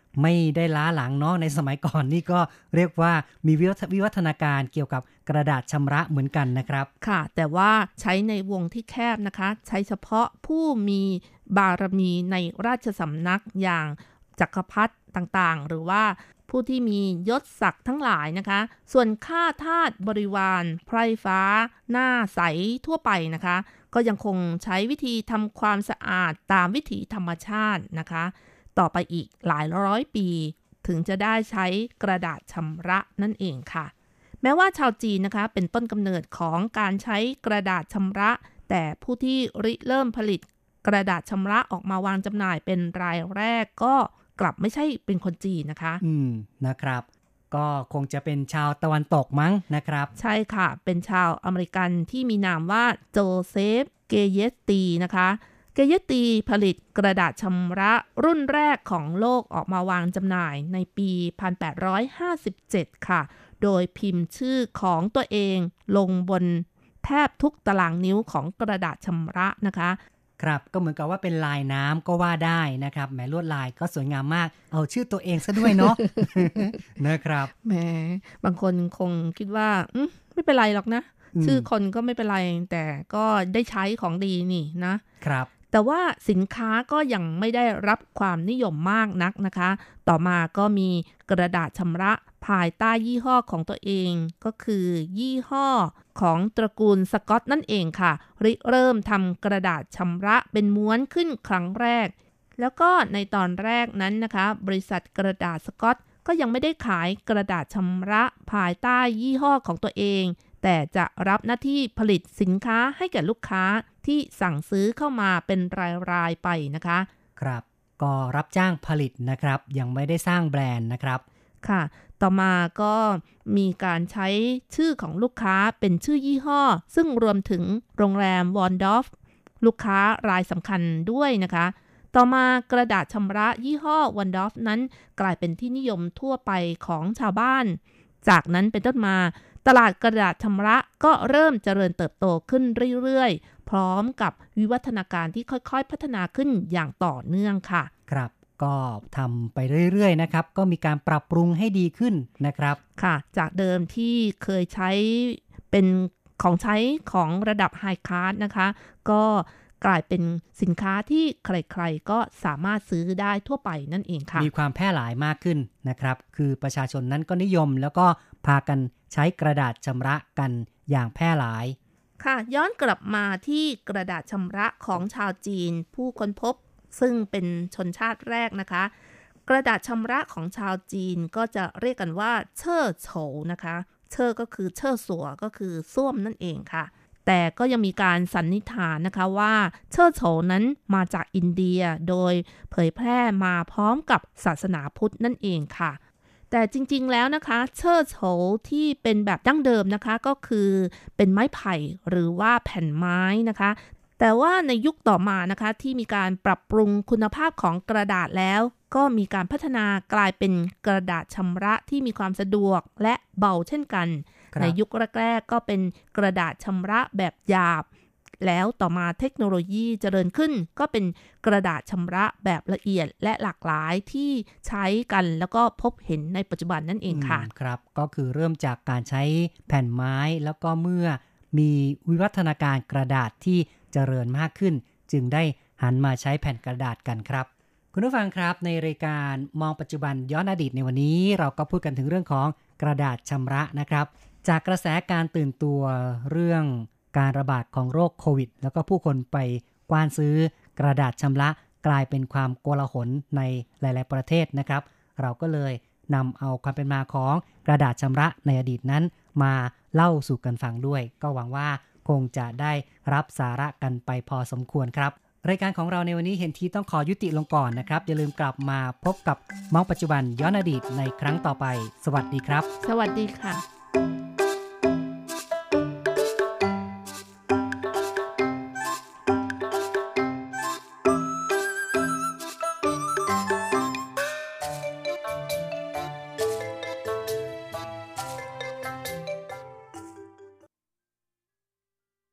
ไม่ได้ล้าหลังเนาะในสมัยก่อนนี่ก็เรียกว่ามีวิวัฒนาการเกี่ยวกับกระดาษชำระเหมือนกันนะครับค่ะแต่ว่าใช้ในวงที่แคบนะคะใช้เฉพาะผู้มีบารมีในราชสำนักอย่างจักรพรรดิต่างๆหรือว่าผู้ที่มียศศักดิ์ทั้งหลายนะคะส่วนข้าทาสบริวารไพร่ฟ้าหน้าใสทั่วไปนะคะก็ยังคงใช้วิธีทำความสะอาดตามวิถีธรรมชาตินะคะต่อไปอีกหลายร้อยปีถึงจะได้ใช้กระดาษชำระนั่นเองค่ะแม้ว่าชาวจีนนะคะเป็นต้นกำเนิดของการใช้กระดาษชำระแต่ผู้ที่ริเริ่มผลิตกระดาษชำระออกมาวางจำหน่ายเป็นรายแรกก็กลับไม่ใช่เป็นคนจีนนะคะอืมนะครับก็คงจะเป็นชาวตะวันตกมั้งนะครับใช่ค่ะเป็นชาวอเมริกันที่มีนามว่าโจเซฟเกเยตตีนะคะเกเยตตีผลิตกระดาษชำระรุ่นแรกของโลกออกมาวางจำหน่ายในปี หนึ่งพันแปดร้อยห้าสิบเจ็ด ค่ะโดยพิมพ์ชื่อของตัวเองลงบนแทบทุกตารางนิ้วของกระดาษชำระนะคะครับก็เหมือนกับว่าเป็นลายน้ำก็ว่าได้นะครับแหมลวดลายก็สวยงามมากเอาชื่อตัวเองซะด้วยเนาะ นะครับแหมบางคนคงคิดว่าไม่เป็นไรหรอกนะชื่อคนก็ไม่เป็นไรแต่ก็ได้ใช้ของดีนี่นะครับแต่ว่าสินค้าก็ยังไม่ได้รับความนิยมมากนักนะคะต่อมาก็มีกระดาษชำระภายใต้ยี่ห้อของตัวเองก็คือยี่ห้อของตระกูลสกอตนั่นเองค่ะริเริ่มทำกระดาษชำระเป็นม้วนขึ้นครั้งแรกแล้วก็ในตอนแรกนั้นนะคะบริษัทกระดาษสกอตก็ยังไม่ได้ขายกระดาษชำระภายใต้ยี่ห้อของตัวเองแต่จะรับหน้าที่ผลิตสินค้าให้แก่ลูกค้าที่สั่งซื้อเข้ามาเป็นรายๆไปนะคะครับก็รับจ้างผลิตนะครับยังไม่ได้สร้างแบรนด์นะครับค่ะต่อมาก็มีการใช้ชื่อของลูกค้าเป็นชื่อยี่ห้อซึ่งรวมถึงโรงแรมวอนดอฟลูกค้ารายสำคัญด้วยนะคะต่อมากระดาษชำระยี่ห้อวอนดอฟนั้นกลายเป็นที่นิยมทั่วไปของชาวบ้านจากนั้นเป็นต้นมาตลาดกระดาษชำระก็เริ่มเจริญเติบโตขึ้นเรื่อยๆพร้อมกับวิวัฒนาการที่ค่อยๆพัฒนาขึ้นอย่างต่อเนื่องค่ะครับก็ทำไปเรื่อยๆนะครับก็มีการปรับปรุงให้ดีขึ้นนะครับค่ะจากเดิมที่เคยใช้เป็นของใช้ของระดับไฮคลาสนะคะก็กลายเป็นสินค้าที่ใครๆก็สามารถซื้อได้ทั่วไปนั่นเองค่ะมีความแพร่หลายมากขึ้นนะครับคือประชาชนนั้นก็นิยมแล้วก็พากันใช้กระดาษชำระกันอย่างแพร่หลายค่ะย้อนกลับมาที่กระดาษชำระของชาวจีนผู้ค้นพบซึ่งเป็นชนชาติแรกนะคะกระดาษชำระของชาวจีนก็จะเรียกกันว่าเช่อโฉวนะคะเช่อก็คือเช่อสัวก็คือส้วมนั่นเองค่ะแต่ก็ยังมีการสันนิษฐานนะคะว่าเช่อโฉวนั้นมาจากอินเดียโดยเผยแพร่มาพร้อมกับศาสนาพุทธนั่นเองค่ะแต่จริงๆแล้วนะคะเช่อโฉวที่เป็นแบบดั้งเดิมนะคะก็คือเป็นไม้ไผ่หรือว่าแผ่นไม้นะคะแต่ว่าในยุคต่อมานะคะที่มีการปรับปรุงคุณภาพของกระดาษแล้วก็มีการพัฒนากลายเป็นกระดาษชำระที่มีความสะดวกและเบาเช่นกันในยุคแรกๆก็เป็นกระดาษชำระแบบหยาบแล้วต่อมาเทคโนโลยีเจริญขึ้นก็เป็นกระดาษชำระแบบละเอียดและหลากหลายที่ใช้กันแล้วก็พบเห็นในปัจจุบันนั่นเองค่ะครับก็คือเริ่มจากการใช้แผ่นไม้แล้วก็เมื่อมีวิวัฒนาการกระดาษที่เจริญมากขึ้นจึงได้หันมาใช้แผ่นกระดาษกันครับคุณผู้ฟังครับในรายการมองปัจจุบันย้อนอดีตในวันนี้เราก็พูดกันถึงเรื่องของกระดาษชำระนะครับจากกระแสการตื่นตัวเรื่องการระบาดของโรคโควิดแล้วก็ผู้คนไปกว้านซื้อกระดาษชำระกลายเป็นความโกลาหลในหลายๆประเทศนะครับเราก็เลยนำเอาความเป็นมาของกระดาษชำระในอดีตนั้นมาเล่าสู่กันฟังด้วยก็หวังว่าคงจะได้รับสาระกันไปพอสมควรครับรายการของเราในวันนี้เห็นทีต้องขอยุติลงก่อนนะครับอย่าลืมกลับมาพบกับมองปัจจุบันย้อนอดีตในครั้งต่อไปสวัสดีครับสวัสดีค่ะ